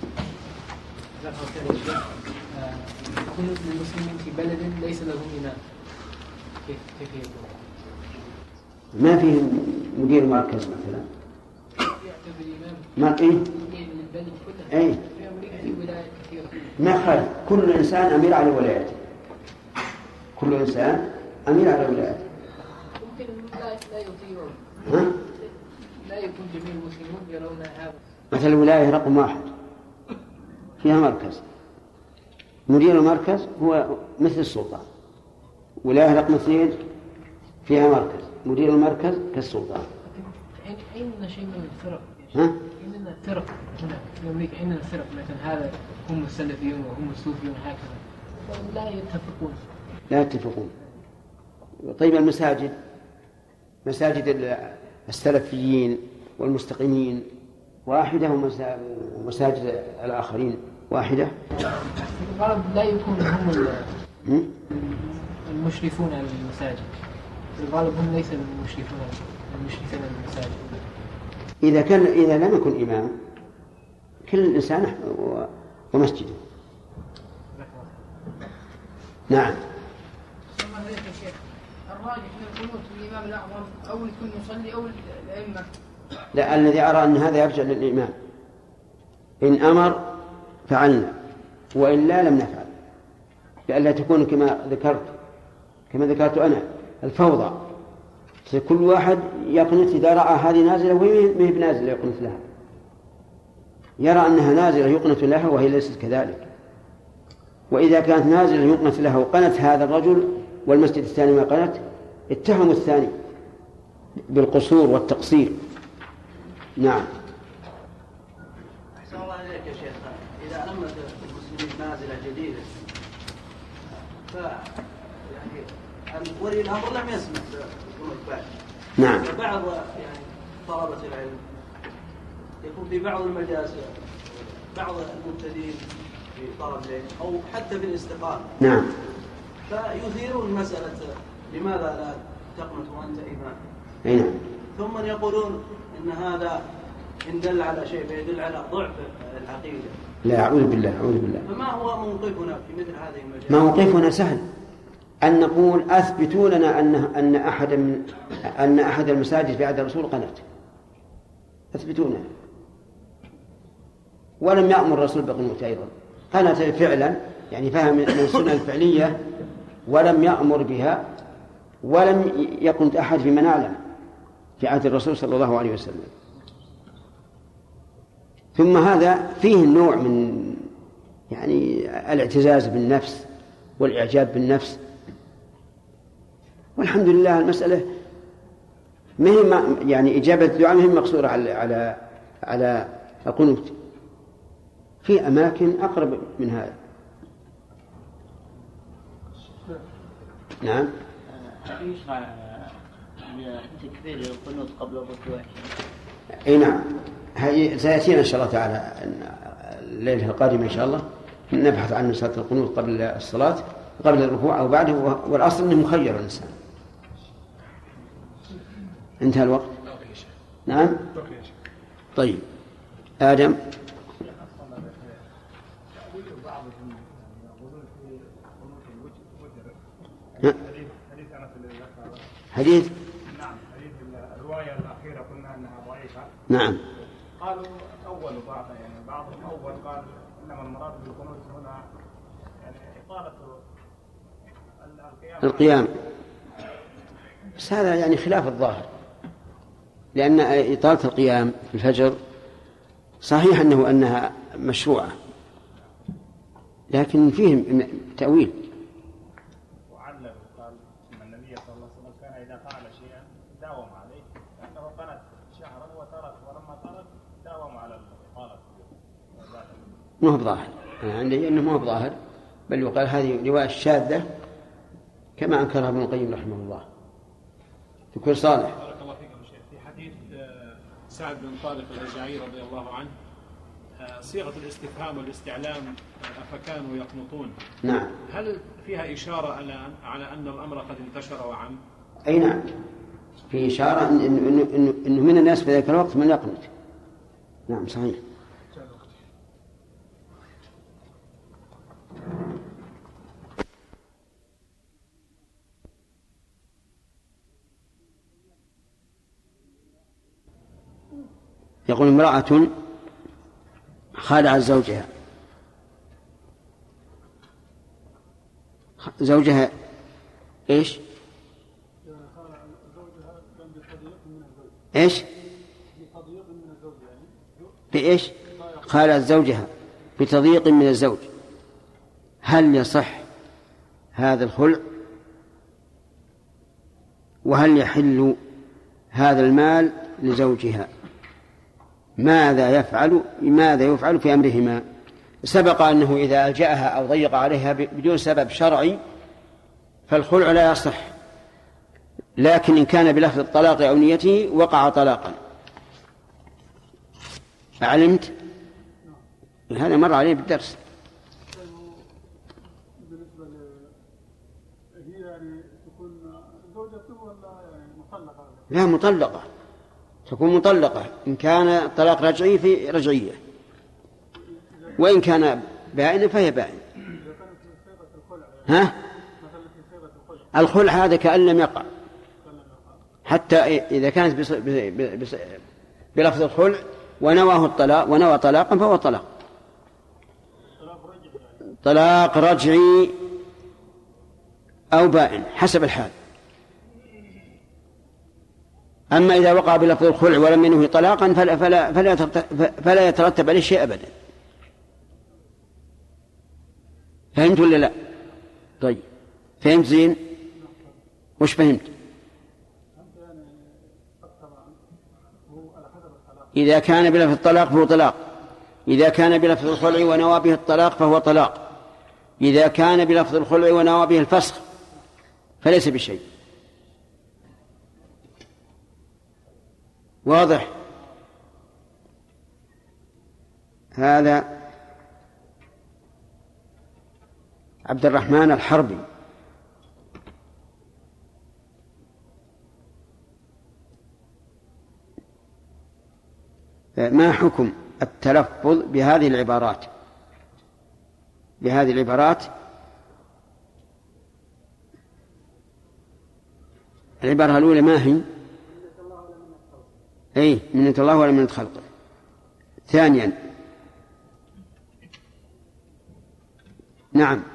قنوت للمسلمين في بلد ليس لهم إمام، كيف كيف يكون؟ ما فيه مدير مركز مثلا. يعتبر إمام. ما إيه؟ البلد كلها. إيه. في أمريكا في ولايات كثيرة. ما خالف، كل إنسان أمير على ولايته. كل إنسان أمير على ولايته. ممكن لا لا يطيعون. ها؟ لا يكون جميع المسلمون يرون هذا. مثل الولاية رقم واحد فيها مركز، مدير المركز هو مثل السلطان. ولاية رقم اثنين فيها مركز، مدير المركز كالسلطان. عندنا شيء من الفرق. ها؟ عندنا فرق هنا في أمريكا، عندنا فرق مثلا هذا هم السلفيون وهم الصوفيون هكذا، لا يتفقون. لا يتفقون. طيب المساجد، مساجد السلفيين والمستقيمين واحدة ومساجد الآخرين واحدة. الغرب لا يكون هم المشرفون على المساجد، الغالب هم ليس المشرفون المشرفين على المساجد. إذا كان إذا لم يكن إمام كل إنسان ومسجده. الراجح نعم. من القنوت الإمام الأعظم أو يكون يصلي أو الأئمة. لا، الذي أرى أن هذا يرجع للإمام، إن أمر فعلنا وإلا لم نفعل، لئلا تكون كما ذكرت كما ذكرت أنا الفوضى، كل واحد يقنط إذا رأى هذه نازلة وهي ما هي بنازلة يقنط لها، يرى أنها نازلة يقنط لها وهي ليست كذلك. وإذا كانت نازلة يقنط لها وقنت هذا الرجل والمسجد الثاني ما قنت، اتهموا الثاني بالقصور والتقصير. نعم. أحسن الله إليك يا شيخ، إذا أمت المسلمين نازلة جديدة ف يعني ولي الأمر لم يسمح بالقنوت بعد. نعم. بعض يعني طلبة العلم يكون في بعض المجالس بعض المبتدئين في طلب العلم أو حتى في الاستقامة. نعم. فيثيرون مسألة لماذا لا تقنط وأنت إمام؟ أي نعم. ثم يقولون إن هذا إن دل على شيء فيدل على ضعف العقيدة. لا، أعوذ بالله أعوذ بالله. فما هو موقفنا في مثل هذه المجالس؟ موقفنا سهل، أن نقول أثبتوا لنا أن أن أحد من أن أحد المساجد في عهد الرسول قنت، أثبتونا. ولم يأمر الرسول بقنوت أيضا، قنت فعلا يعني فهم من السنة الفعلية، ولم يأمر بها، ولم يقنت أحد فيما نعلم في عهد الرسول صلى الله عليه وسلم. ثم هذا فيه النوع من يعني الاعتزاز بالنفس والإعجاب بالنفس، والحمد لله المسألة مهم، يعني إجابة الدعاء مهم مقصورة على على على القنوت، في أماكن أقرب من هذا. نعم. يشرع تكبير القنوت قبل الركوع. اي نعم، سيأتينا إن شاء الله تعالى الليلة القادمة إن شاء الله نبحث عن صلاة القنوت قبل الصلاة قبل الركوع أو بعده، والأصل أنه مخير الإنسان. انتهى الوقت. نعم. طيب آدم. حديث نعم حديث الرواية الأخيرة قلنا أنها ضعيفة. نعم. قالوا أول بعض يعني بعضهم أول قال إنما المراد بالقنوت هنا يعني إطالة القيام. القيام. بس هذا يعني خلاف الظاهر، لأن إطالة القيام في الفجر صحيح أنه أنها مشروعة، لكن فيه تأويل. وعلل قال أن النبي صلى الله عليه وسلم كان إذا فعل شيئا داوم عليه، لأنه قنت شهرا وترك، ولما ترك داوم على الإطالة. ما هو بظاهر، أنا عندي أنه ما هو بظاهر، بل يقال هذه رواية شاذة كما أنكرها ابن القيم رحمه الله. دكتور صالح. بارك الله فيكم شيخ. في حديث سعد بن طارق الأشجعي رضي الله عنه صيغة الاستفهام والاستعلام أفكانوا يقنطون. نعم. هل فيها إشارة على أن الأمر قد انتشر وعم؟ أي نعم، في إشارة إنه إنه إنه إنه من الناس في ذلك الوقت من يقنط. نعم صحيح. يقول امرأة خادعت زوجها، زوجها ايش؟ ايش؟ بايش؟ خالعت زوجها بتضييق من الزوج. هل يصح هذا الخلع؟ وهل يحل هذا المال لزوجها؟ ماذا يفعل ماذا يفعل في أمرهما؟ سبق أنه إذا ألجأها أو ضيق عليها بدون سبب شرعي فالخلع لا يصح، لكن إن كان بلفظ الطلاق أو نيته وقع طلاقا. علمت؟ هذا مر عليه بالدرس. لا مطلقة، تكون مطلقة إن كان طلاق رجعي في رجعية، وإن كان بائن فهي بائن. ها؟ الخلع هذا كأن لم يقع، حتى إذا كانت بص... بص... بلفظ الخلع ونواه الطلاق ونوى طلاقا فهو طلاق. طلاق رجعي أو بائن حسب الحال. أما إذا وقع بلفظ الخلع ولم ينوه طلاقا فلا, فلا, فلا, فلا يترتب عليه شيء أبدا. فهمت ولا لا؟ طيب فهمت زين؟ وش فهمت؟ إذا كان بلفظ الطلاق فهو طلاق، إذا كان بلفظ الخلع ونوى به الطلاق فهو طلاق، إذا كان بلفظ الخلع ونوى به الفسخ فليس بشيء. واضح؟ هذا عبد الرحمن الحربي. ما حكم التلفظ بهذه العبارات؟ بهذه العبارات العبارة الأولى ما هي؟ أي منة الله ولا منة خلقه. ثانيا نعم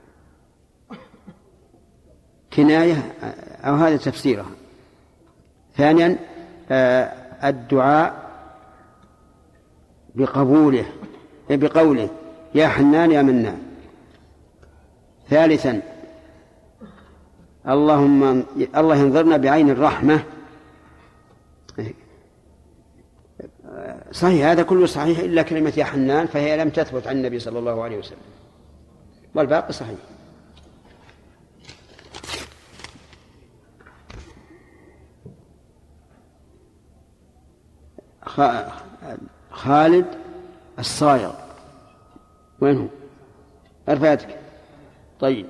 كناية أو هذا تفسيرها. ثانيا الدعاء بقبوله بقوله يا حنان يا منان. ثالثا اللهم الله ينظرنا بعين الرحمة. صحيح هذا كله صحيح إلا كلمة يا حنان، فهي لم تثبت عن النبي صلى الله عليه وسلم، والباقي صحيح. خالد الصايغ وين هو؟ أرفاتك. طيب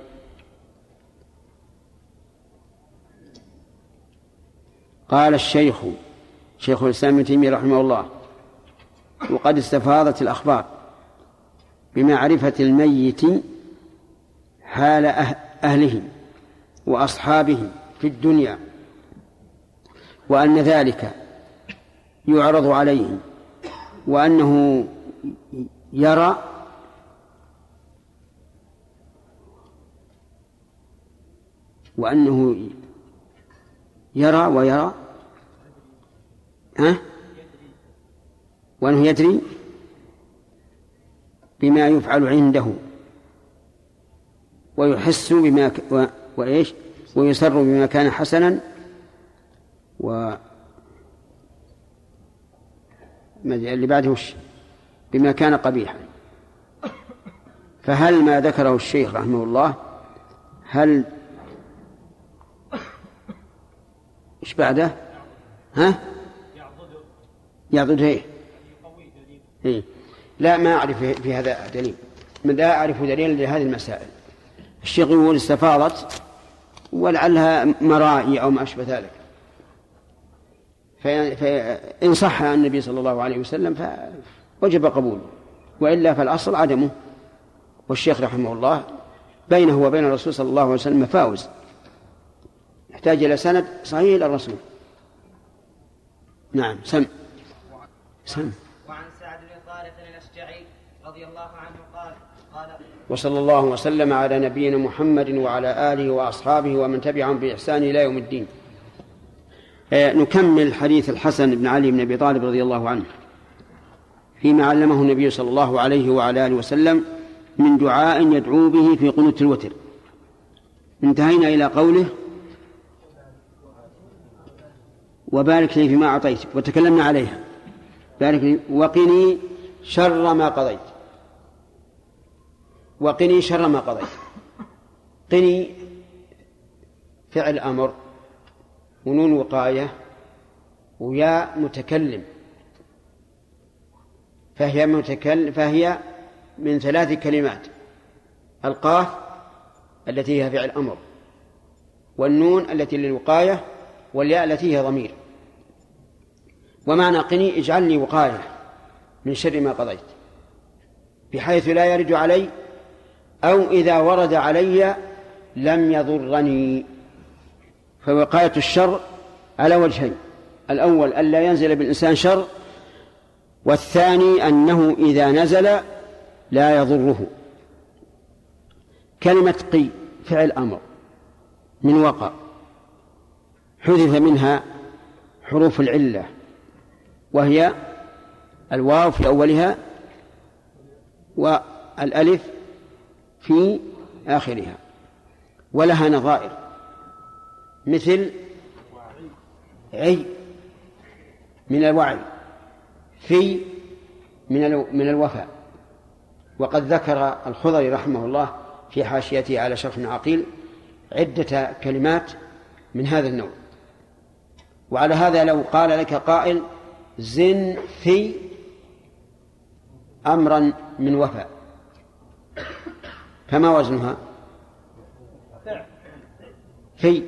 قال الشيخ شيخ الإسلام ابن تيمية رحمه الله: وقد استفاضت الأخبار بمعرفة الميت حال أهله وأصحابه في الدنيا، وأن ذلك يعرض عليهم، وأنه يرى وأنه يرى ويرى ها وأنه يدري بما يفعل عنده، ويحس بما ك... و... وإيش ويسر بما كان حسنا، و اللي بعده وش بما كان قبيحا. فهل ما ذكره الشيخ رحمه الله هل إيش بعده؟ ها؟ يعضده إيه؟ إيه؟ لا ما أعرف في هذا دليل، من لا أعرف دليل لهذه المسائل. الشيخ يقول استفاضت ولعلها مرائي أو ما أشبه ذلك، فإن صح عن النبي صلى الله عليه وسلم فوجب قبوله، وإلا فالأصل عدمه. والشيخ رحمه الله بينه وبين الرسول صلى الله عليه وسلم مفاوز، يحتاج إلى سند صحيح إلى الرسول. نعم سم سم وعن سعد بن طارق الأشجعي رضي الله عنه قال قال وصلى الله وسلم على نبينا محمد وعلى آله وأصحابه ومن تبعهم بإحسان إلى يوم الدين. آه نكمل حديث الحسن بن علي بن أبي طالب رضي الله عنه فيما علمه النبي صلى الله عليه وعلى آله وسلم من دعاء يدعو به في قنوت الوتر. انتهينا إلى قوله وبارك لي فيما أعطيت، وتكلمنا عليها. بارك لي وقني شر ما قضيت، وقني شر ما قضيت. قني فعل أمر ونون وقاية ويا متكلم، فهي متكلم فهي من ثلاث كلمات: القاف التي هي فعل أمر، والنون التي للوقاية، والياء التي هي ضمير. ومعنى قني اجعل لي وقاية من شر ما قضيت، بحيث لا يرد علي، أو إذا ورد علي لم يضرني. فوقاية الشر على وجهين: الأول ألا ينزل بالإنسان شر، والثاني أنه إذا نزل لا يضره. كلمة قي فعل أمر من وقع، حذف منها حروف العلة، وهي الواو في أولها والألف في آخرها، ولها نظائر مثل عي من الوعي، في من من الوفاء. وقد ذكر الخضري رحمه الله في حاشيته على شرح عقيل عدة كلمات من هذا النوع. وعلى هذا لو قال لك قائل زن في أمرا من وفاء، فما وزنها؟ في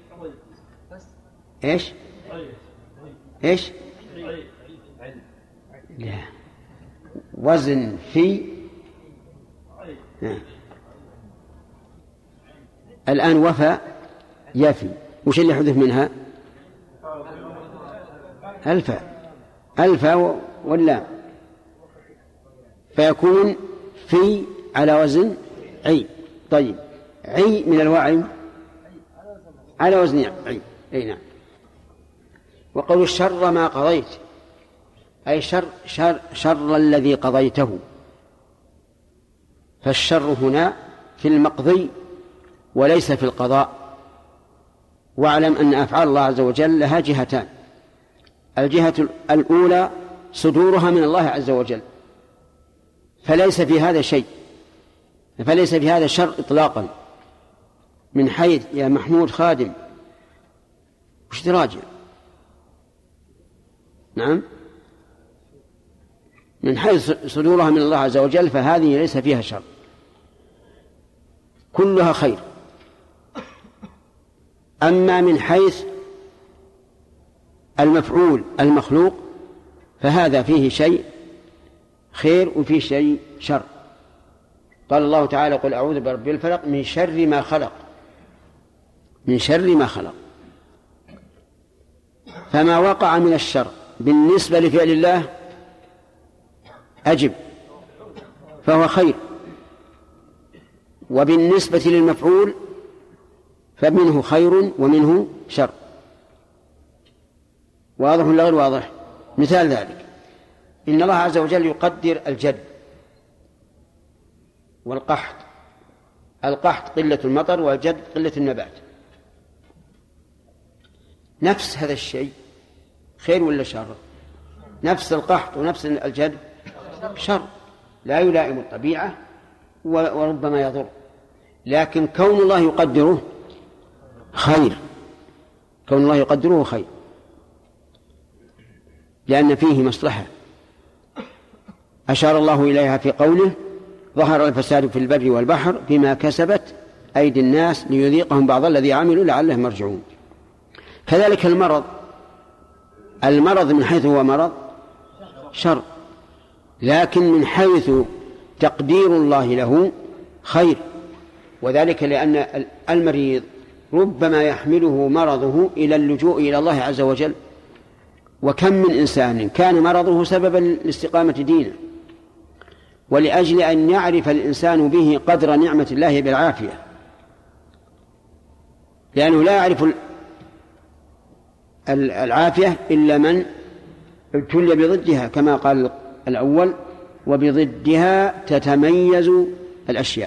إيش إيش لا وزن في لا. الآن وفى يافي، وش اللي حذف منها؟ الفاء الفاء واللام، فيكون في على وزن عي. طيب عي من الوعي على وزن عي. أي نعم. وقول الشر ما قضيت، أي شر, شر, شر الذي قضيته. فالشر هنا في المقضي وليس في القضاء. واعلم أن أفعال الله عز وجل لها جهتان: الجهة الأولى صدورها من الله عز وجل، فليس في هذا شيء، فليس في هذا شر إطلاقا، من حيث يا محمود خادم وش تراجع؟ نعم، من حيث صدورها من الله عز وجل فهذه ليس فيها شر، كلها خير. أما من حيث المفعول المخلوق فهذا فيه شيء خير وفيه شيء شر. قال الله تعالى: قل أعوذ برب الفلق من شر ما خلق، من شر ما خلق. فما وقع من الشر بالنسبة لفعل الله أجب فهو خير، وبالنسبة للمفعول فمنه خير ومنه شر. واضح ولا غير واضح؟ مثال ذلك: إن الله عز وجل يقدر الجد والقحط. القحط قلة المطر والجد قلة النبات. نفس هذا الشيء خير ولا شر؟ نفس القحط ونفس الجد شر، لا يلائم الطبيعة وربما يضر، لكن كون الله يقدره خير، كون الله يقدره خير، لأن فيه مصلحة أشار الله إليها في قوله: ظهر الفساد في البر والبحر بما كسبت أيدي الناس ليذيقهم بعض الذي عملوا لعلهم يرجعون. كذلك المرض، المرض من حيث هو مرض شر، لكن من حيث تقدير الله له خير، وذلك لأن المريض ربما يحمله مرضه إلى اللجوء إلى الله عز وجل. وكم من إنسان كان مرضه سببا لاستقامة دينه، ولأجل أن يعرف الإنسان به قدر نعمة الله بالعافية، لأنه لا يعرف العافية إلا من ابتلي بضدها، كما قال الأول: وبضدها تتميز الأشياء.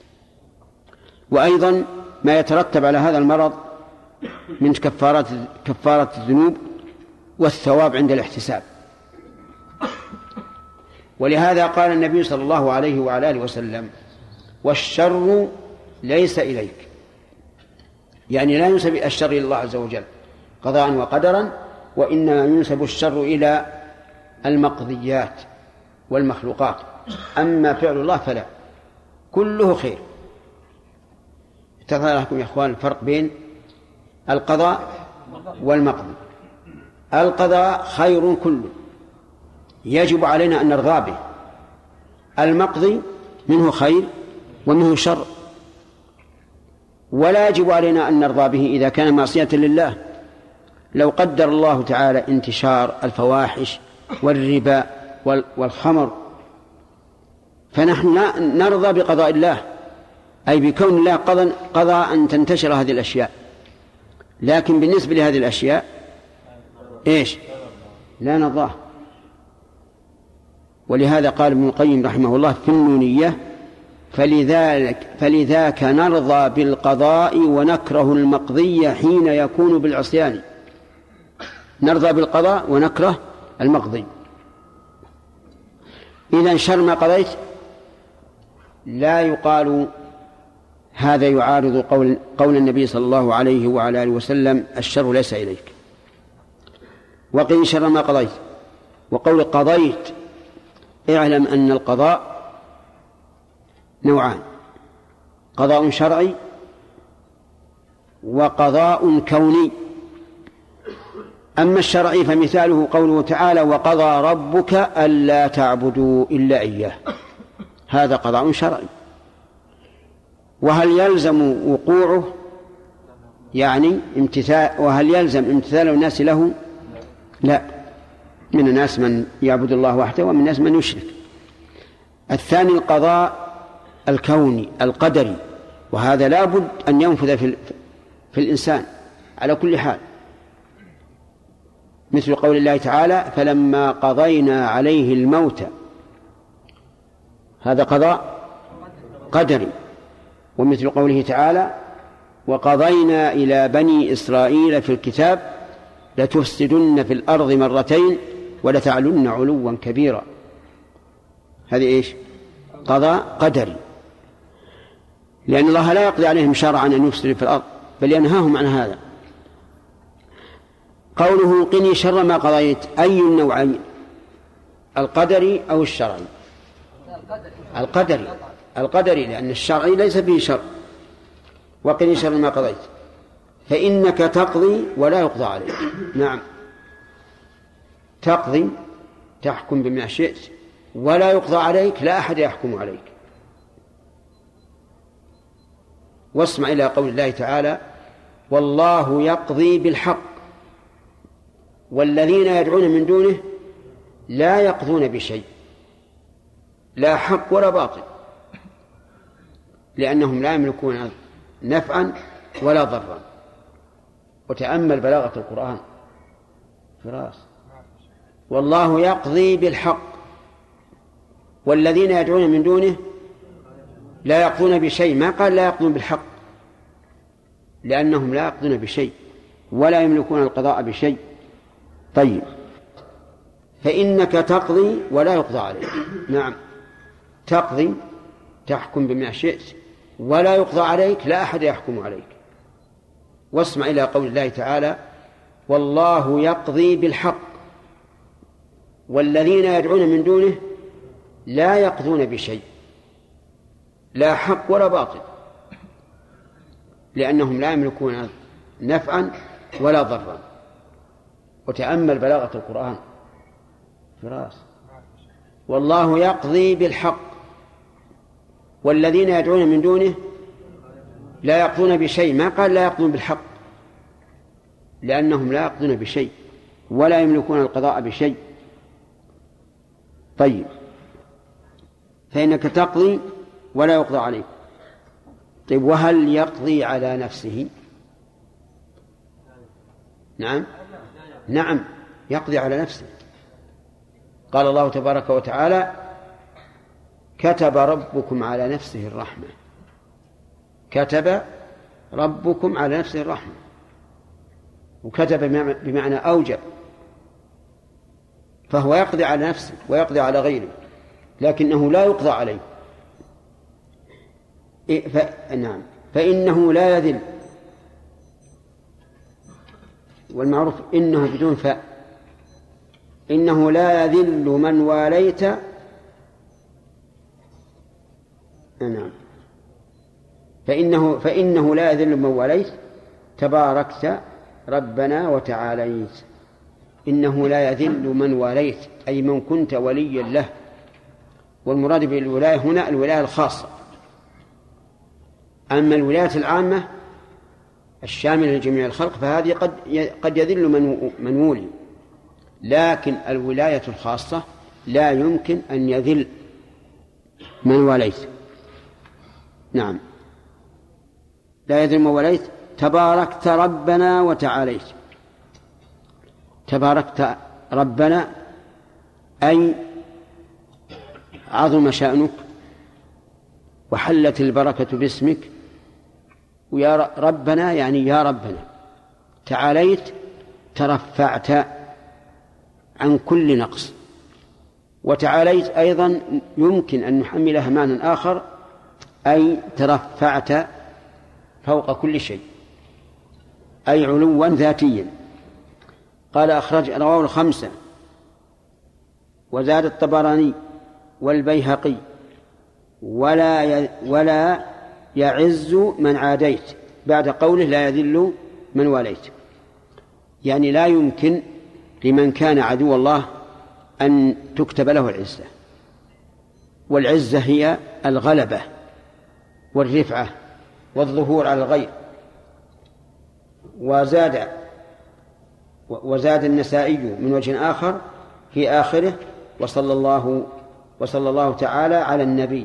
وأيضا ما يترتب على هذا المرض من كفارات كفارة الذنوب والثواب عند الاحتساب. ولهذا قال النبي صلى الله عليه وعلى آله وسلم: والشر ليس إليك، يعني لا ينسب الشر إلى الله عز وجل قضاء وقدرا، وإنما ينسب الشر إلى المقضيات والمخلوقات. أما فعل الله فلا، كله خير. تظهر لكم يا أخوان الفرق بين القضاء والمقضي. القضاء خير كله يجب علينا أن نرضى به، المقضي منه خير ومنه شر، ولا يجب علينا أن نرضى به إذا كان معصية لله. لو قدر الله تعالى انتشار الفواحش والربا والخمر فنحن نرضى بقضاء الله، أي بكون الله قضى أن تنتشر هذه الأشياء، لكن بالنسبة لهذه الأشياء إيش؟ لا نرضاه. ولهذا قال ابن القيم رحمه الله في النونية: فلذلك فلذاك نرضى بالقضاء ونكره المقضي حين يكون بالعصيان. نرضى بالقضاء ونكره المقضي. إذن شر ما قضيت لا يقال هذا يعارض قول, قول النبي صلى الله عليه وعلى آله وسلم: الشر ليس إليك. وقيل شر ما قضيت، وقول قضيت اعلم أن القضاء نوعان: قضاء شرعي وقضاء كوني. أما الشرعي فمثاله قوله تعالى: وقضى ربك ألا تعبدوا إلا إياه، هذا قضاء شرعي. وهل يلزم وقوعه يعني امتثال، وهل يلزم امتثال الناس له؟ لا، من الناس من يعبد الله وحده ومن الناس من يشرك. الثاني القضاء الكوني القدري، وهذا لا بد أن ينفذ في, في الإنسان على كل حال. مثل قول الله تعالى فلما قضينا عليه الموت، هذا قضاء قدري. ومثل قوله تعالى وقضينا إلى بني إسرائيل في الكتاب لتفسدن في الأرض مرتين ولتعلن علوا كبيرا، هذه إيش؟ قضاء قدري، لأن الله لا يقضي عليهم شرعا أن يفسدوا في الأرض بل ينهاهم عن هذا. قوله قني شر ما قضيت، أي النوعين، القدري أو الشرعي؟ القدري القدري لأن الشرعي ليس فيه شر. وقني شر ما قضيت فإنك تقضي ولا يقضى عليك. نعم، تقضي تحكم بما شئت ولا يقضى عليك، لا أحد يحكم عليك. واسمع إلى قول الله تعالى والله يقضي بالحق والذين يدعون من دونه لا يقضون بشيء، لا حق ولا باطل، لأنهم لا يملكون نفعا ولا ضرا. وتأمل بلاغة القرآن فراس، والله يقضي بالحق والذين يدعون من دونه لا يقضون بشيء، ما قال لا يقضون بالحق، لأنهم لا يقضون بشيء ولا يملكون القضاء بشيء. طيب، فإنك تقضي ولا يقضى عليك. نعم، تقضي تحكم بما شئت ولا يقضى عليك، لا أحد يحكم عليك. واسمع إلى قول الله تعالى والله يقضي بالحق والذين يدعون من دونه لا يقضون بشيء، لا حق ولا باطل، لأنهم لا يملكون نفعا ولا ضرا. وتأمل بلاغة القرآن فراس، والله يقضي بالحق والذين يدعون من دونه لا يقضون بشيء، ما قال لا يقضون بالحق، لأنهم لا يقضون بشيء ولا يملكون القضاء بشيء. طيب، فإنك تقضي ولا يقضى عليك. طيب، وهل يقضي على نفسه؟ نعم نعم يقضي على نفسه. قال الله تبارك وتعالى كتب ربكم على نفسه الرحمة، كتب ربكم على نفسه الرحمة، وكتب بمعنى أوجب، فهو يقضي على نفسه ويقضي على غيره، لكنه لا يقضى عليه. ف... نعم، فإنه لا يذل، والمعروف إنه بدون فاء، إنه لا يذل من واليت. نعم، فإنه, فإنه لا يذل من واليت تباركت ربنا وتعاليت. إنه لا يذل من واليت أي من كنت وليا له، والمراد بالولاية هنا الولاية الخاصة. أما الولاية العامة الشاملة لجميع الخلق فهذه قد قد يذل من من ولي، لكن الولاية الخاصة لا يمكن أن يذل من واليت. نعم، لا يذل من واليت تباركت ربنا وتعاليت. تباركت ربنا أي عظم شأنك وحلت البركة باسمك، ويا ربنا يعني يا ربنا. تعاليت ترفعت عن كل نقص. وتعاليت أيضا يمكن أن نحملها معنى آخر، أي ترفعت فوق كل شيء، أي علوا ذاتيا. قال أخرج رواه الخمسة وزاد الطبراني والبيهقي ولا ولا يعز من عاديت، بعد قوله لا يذل من واليت، يعني لا يمكن لمن كان عدو الله أن تكتب له العزة. والعزة هي الغلبة والرفعة والظهور على الغير. وزاد وزاد النسائي من وجه آخر في آخره وصلى الله وصلى الله تعالى على النبي،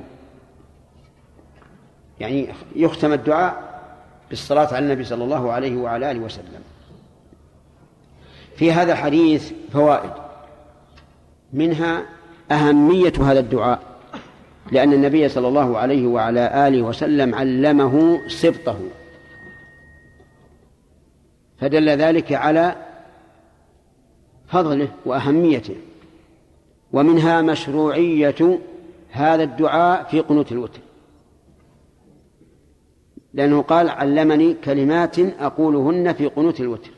يعني يختم الدعاء بالصلاة على النبي صلى الله عليه وعلى آله وسلم. في هذا الحديث فوائد، منها أهمية هذا الدعاء، لأن النبي صلى الله عليه وعلى آله وسلم علمه سبطه، فدل ذلك على فضله وأهميته. ومنها مشروعية هذا الدعاء في قنوت الوتر، لأنه قال علمني كلمات أقولهن في قنوت الوتر.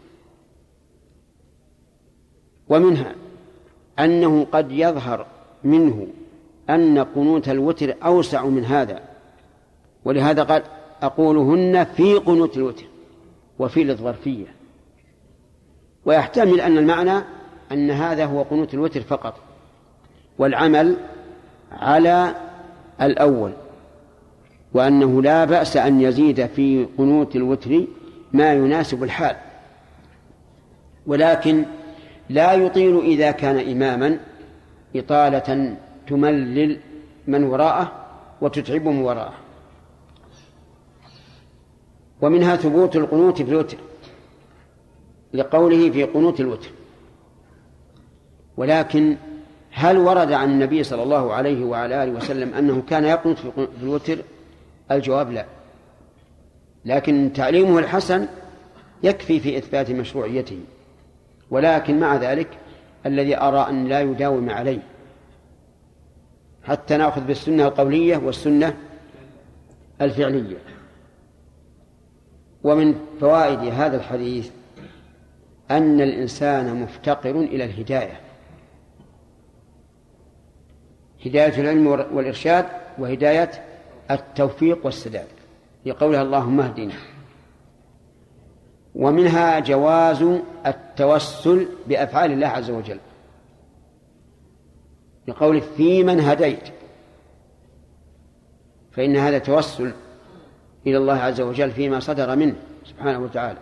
ومنها أنه قد يظهر منه أن قنوت الوتر أوسع من هذا، ولهذا قال أقولهن في قنوت الوتر وفي الظرفية، ويحتمل أن المعنى أن هذا هو قنوت الوتر فقط، والعمل على الأول، وأنه لا بأس أن يزيد في قنوت الوتر ما يناسب الحال، ولكن لا يطيل إذا كان إماما إطالة تملل من وراءه وتتعب من وراءه. ومنها ثبوت القنوت في الوتر لقوله في قنوت الوتر. ولكن هل ورد عن النبي صلى الله عليه وعلى آله وسلم أنه كان يقنط في الوتر؟ الجواب لا، لكن تعليمه الحسن يكفي في إثبات مشروعيته. ولكن مع ذلك الذي أرى أن لا يداوم عليه حتى نأخذ بالسنة القولية والسنة الفعلية. ومن فوائد هذا الحديث أن الإنسان مفتقر إلى الهداية، هداية العلم والإرشاد وهداية التوفيق والسداد، لقولها اللهم اهدنا. ومنها جواز التوسل بأفعال الله عز وجل، لقوله في من هديت، فإن هذا توسل إلى الله عز وجل فيما صدر منه سبحانه وتعالى،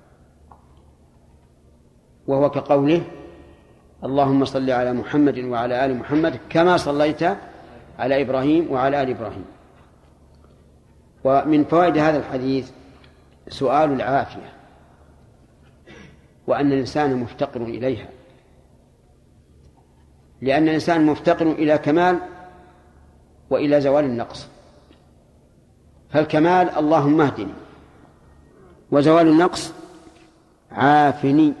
وهو كقوله اللهم صل على محمد وعلى آل محمد كما صليت على إبراهيم وعلى آل إبراهيم. ومن فوائد هذا الحديث سؤال العافية، وأن الإنسان مفتقر إليها، لأن الإنسان مفتقر إلى كمال وإلى زوال النقص. فالكمال اللهم اهدني، وزوال النقص عافني،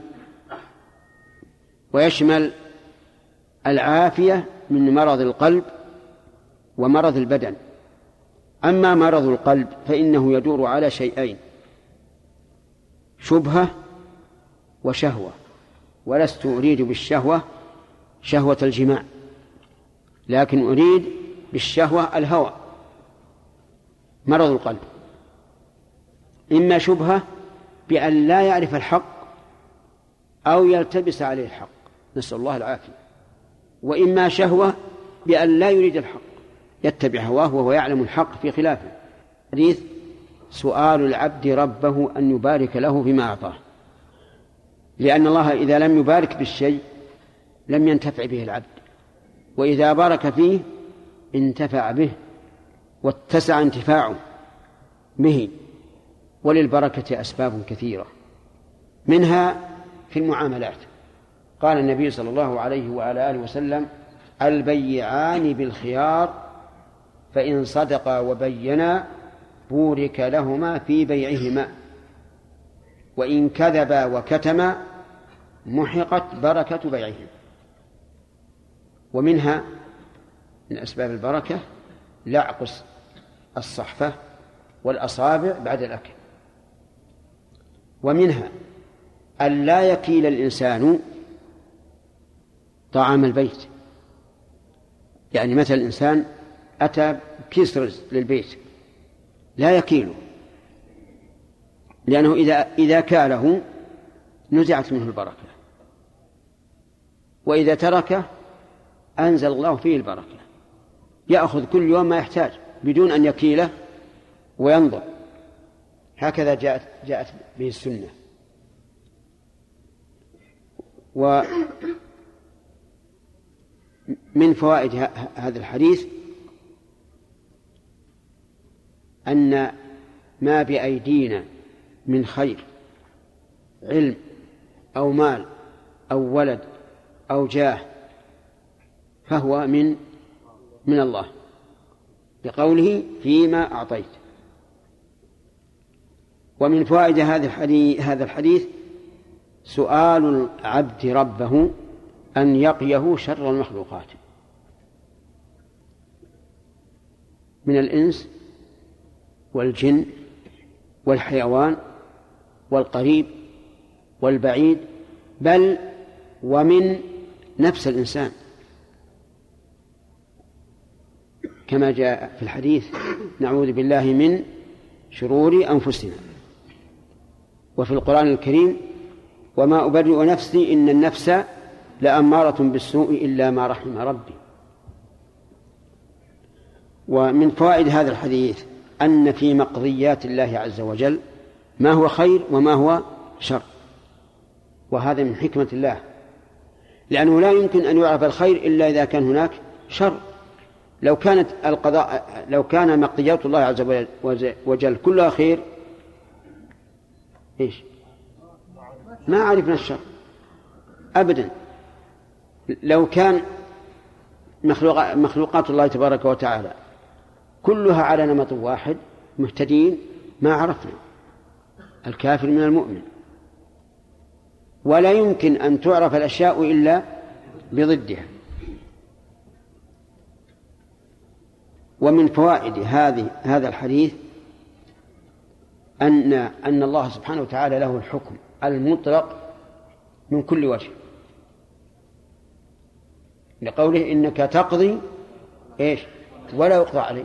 ويشمل العافية من مرض القلب ومرض البدن. أما مرض القلب فإنه يدور على شيئين: شبهة وشهوة، ولست أريد بالشهوة شهوة الجماع، لكن أريد بالشهوة الهوى. مرض القلب إما شبهة بأن لا يعرف الحق أو يلتبس عليه الحق، نسأل الله العافية، وإما شهوة بأن لا يريد الحق يتبع هواه وهو يعلم الحق في خلافه. حديث سؤال العبد ربه أن يبارك له فيما أعطاه، لأن الله إذا لم يبارك بالشيء لم ينتفع به العبد، وإذا بارك فيه انتفع به واتسع انتفاعه به. وللبركة أسباب كثيرة، منها في المعاملات. قال النبي صلى الله عليه وعلى آله وسلم البيعان بالخيار فإن صدقا وبينا بورك لهما في بيعهما، وإن كذبا وكتما محقت بركة بيعهم. ومنها من أسباب البركة لعق الصحفة والأصابع بعد الأكل. ومنها أن لا يكيل الإنسان طعام البيت، يعني مثل الإنسان أتى كيس رز للبيت لا يكيله، لأنه إذا إذا كاله نزعت منه البركة، وإذا تركه أنزل الله فيه البركة، يأخذ كل يوم ما يحتاج بدون أن يكيله وينظر. هكذا جاءت جاءت به السنة. ومن فوائد هذا الحديث أن ما بأيدينا من خير علم أو مال أو ولد أو جاه فهو من من الله، بقوله فيما أعطيت. ومن فوائد هذا الحديث هذا الحديث سؤال العبد ربه أن يقيه شر المخلوقات من الإنس والجن والحيوان والقريب والبعيد، بل ومن نفس الإنسان، كما جاء في الحديث نعوذ بالله من شرور أنفسنا. وفي القرآن الكريم وما أبرئ نفسي إن النفس لأمارة بالسوء إلا ما رحم ربي. ومن فوائد هذا الحديث أن في مقضيات الله عز وجل ما هو خير وما هو شر، وهذا من حكمة الله، لأنه لا يمكن أن يعرف الخير إلا إذا كان هناك شر. لو كانت القضاء لو كان مقضيات الله عز وجل كلها خير إيش؟ ما عرفنا الشر أبدا. لو كان مخلوقات الله تبارك وتعالى كلها على نمط واحد مهتدين ما عرفنا الكافر من المؤمن، ولا يمكن أن تعرف الأشياء إلا بضدها. ومن فوائد هذه هذا الحديث أن أن الله سبحانه وتعالى له الحكم المطلق من كل وجه، لقوله إنك تقضي إيش ولا يقضى عليك.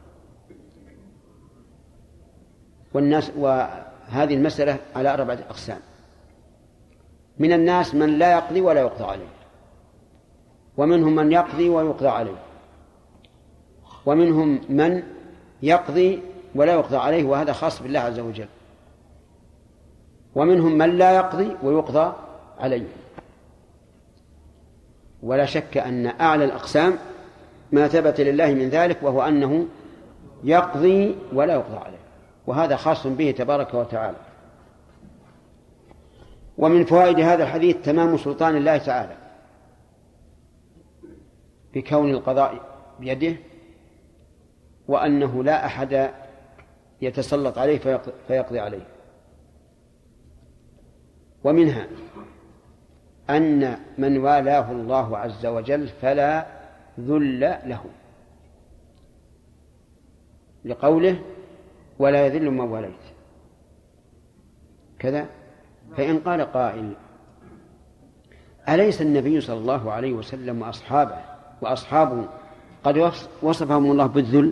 والناس وهذه المسألة على أربعة أقسام: من الناس من لا يقضي ولا يقضى عليه، ومنهم من يقضي ويقضى عليه، ومنهم من يقضي ولا يقضى عليه وهذا خاص بالله عز وجل، ومنهم من لا يقضي ويقضى عليه. ولا شك أن أعلى الأقسام ما ثبت لله من ذلك، وهو أنه يقضي ولا يقضى عليه، وهذا خاص به تبارك وتعالى. ومن فوائد هذا الحديث تمام سلطان الله تعالى بكون القضاء بيده، وأنه لا أحد يتسلط عليه فيقضي عليه. ومنها أن من والاه الله عز وجل فلا ذل له، لقوله ولا يذل من واليت كذا. فإن قال قائل أليس النبي صلى الله عليه وسلم وأصحابه وأصحابه قد وصفهم الله بالذل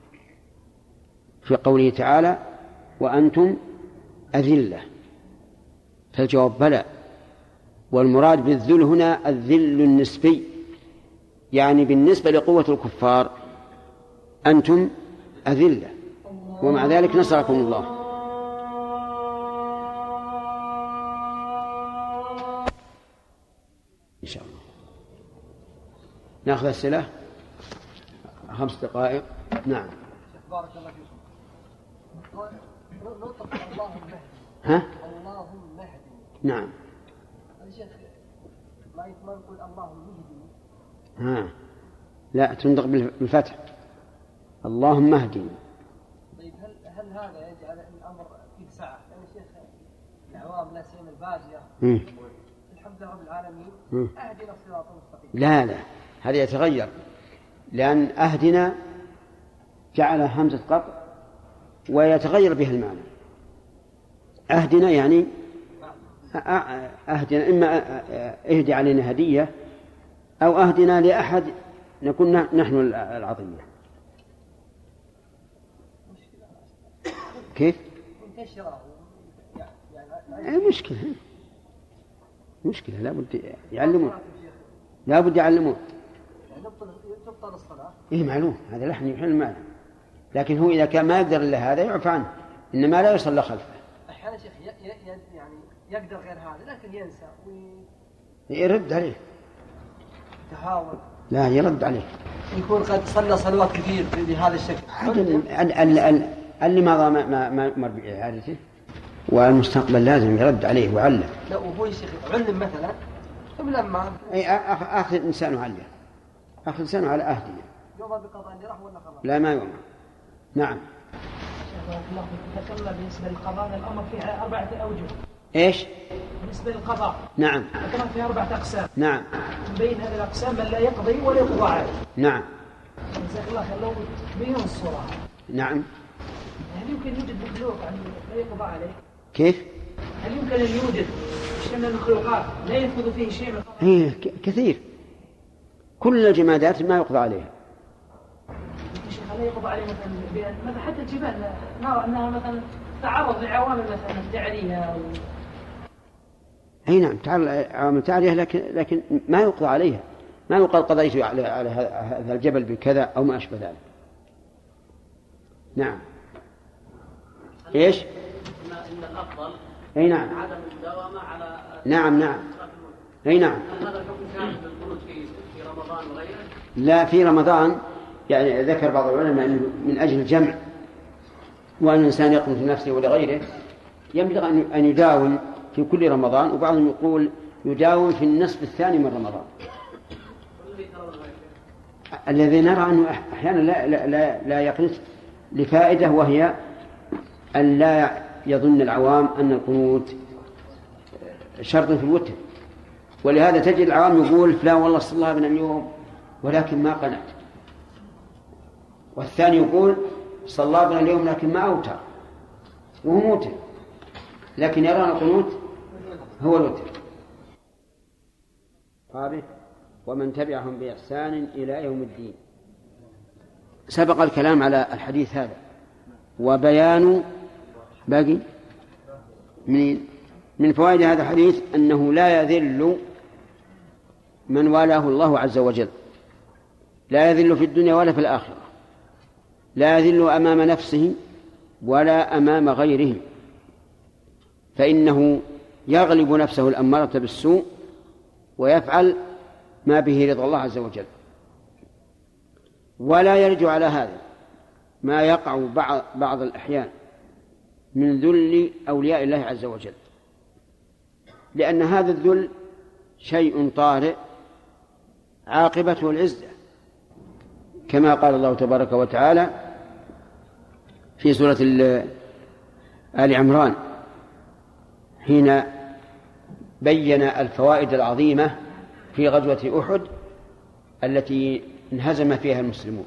في قوله تعالى وأنتم أذلة؟ فالجواب بلى، والمراد بالذل هنا الذل النسبي، يعني بالنسبة لقوة الكفار أنتم أذلة، ومع ذلك نصركم الله. إن شاء الله نأخذ السلة خمس دقائق. نعم. بارك الله فيكم. نطق اللهم اهدنا. ها؟ اللهم اهدنا. نعم. يا شيخ ما يقول اللهم اهدنا. ها. لا تنطق بالفتح اللهم اهدنا. طيب هل هل هذا يجعل الأمر فيه سعة؟ يعني شيخ العوام لا سيما البادية الحمد لله رب العالمين اهدنا الصراط المستقيم. لا لا هذا يتغير، لأن أهدنا جعل همزة قطع ويتغير بها المعنى. أهدنا يعني أهدنا إما اهدي علينا هدية أو أهدنا لأحد نكون نحن العطية. كيف؟ يعني مشكلة مشكلة لا بد يعلمون لا بد يعلمون. تبطل الصلاة. إيه معلوم هذا لحن يحل المعنى، لكن هو إذا كان ما يقدر إلا هذا يعفى عنه، إنما لا يصلى خلفه. أحيانا شيخ يعني يقدر غير هذا لكن ينسى وي... يرد عليه. تهاون. لا يرد عليه. يكون قد صلى صلوات كثير بهذا الشكل. اللي ما ما ما مر بإعادته والمستقبل لازم يرد عليه وعلم. لا وهو يا شيخ علم مثلا لما أي أخذ الإنسان عليه، أخذ الإنسان على أهله. يوضع بقضاء اللي راح ولا خلاص؟ لا ما يوضع. نعم. ذكرنا بالنسبة للقضاء الأمر فيها أربعة أوجه. إيش؟ بالنسبة للقضاء. نعم. ذكرنا فيها أربعة أقسام. نعم. من بين هذه الأقسام من لا يقضي ولا يقضى عليه. نعم. جزاك الله خير لو تبين الصورة. نعم. هل يمكن يوجد مخلوق لا يقضى عليه؟ كيف؟ هل يمكن أن يوجد شيء من المخلوقات لا ينفذ فيه شيء من إيه كثير. كل الجمادات ما يقضى عليها. لا يقضى عليه مثلا بأن مثلا حتى الجبال نرى أنها مثلا تعرض لعوامل مثلا تعريها أو... أي نعم تعرض لعوامل تعريها لكن لكن ما يقضى عليها، ما يقال قضيت على على هذا الجبل بكذا أو ما أشبه ذلك. نعم. إيش؟ إن الأفضل أي نعم. عدم المداومة على نعم نعم. أي نعم. هل هذا الحكم كان بالقنوت في في رمضان وغيره؟ لا في رمضان يعني ذكر بعض العلماء أنه من أجل الجمع وأن الإنسان يقنط لنفسه ولغيره ينبغي أن يداوم في كل رمضان، وبعضهم يقول يداوم في النصف الثاني من رمضان. الذي نرى أنه أحيانا لا, لا, لا, لا يقنط لفائدة، وهي أن لا يظن العوام أن القنوت شرط في الوتر، ولهذا تجد العوام يقول فلان والله صلى الله بنا اليوم ولكن ما قنع، والثاني يقول صلى الله بنا اليوم لكن ما أوتر وهو موتر، لكن يرى أن القنوت هو الوتر. رابع ومن تبعهم بإحسان إلى يوم الدين. سبق الكلام على الحديث هذا وبيان باقي من من فوائد هذا الحديث أنه لا يذل من والاه الله عز وجل، لا يذل في الدنيا ولا في الآخرة، لا يذل أمام نفسه ولا أمام غيره، فإنه يغلب نفسه الأمارة بالسوء ويفعل ما به رضا الله عز وجل. ولا يرجع على هذا ما يقع بعض الأحيان من ذل أولياء الله عز وجل، لأن هذا الذل شيء طارئ عاقبته العزة، كما قال الله تبارك وتعالى في سورة آل عمران حين بين الفوائد العظيمة في غزوة أحد التي انهزم فيها المسلمون.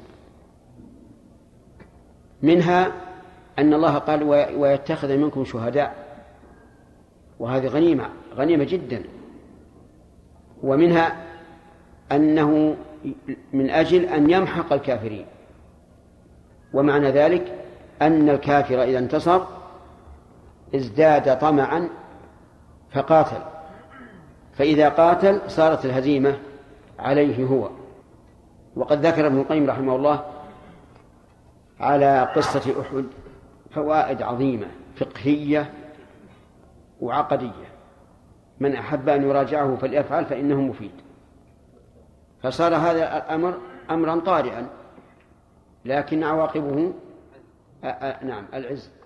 منها أن الله قال ويتخذ منكم شهداء، وهذه غنيمة غنيمة جدا. ومنها أنه من أجل أن يمحق الكافرين، ومعنى ذلك أن الكافر إذا انتصر ازداد طمعا فقاتل، فإذا قاتل صارت الهزيمة عليه هو. وقد ذكر ابن القيم رحمه الله على قصة أحد فوائد عظيمة فقهية وعقدية، من أحب أن يراجعه فليفعل فإنه مفيد. فصار هذا الأمر أمرا طارئا، لكن عواقبه نعم العز.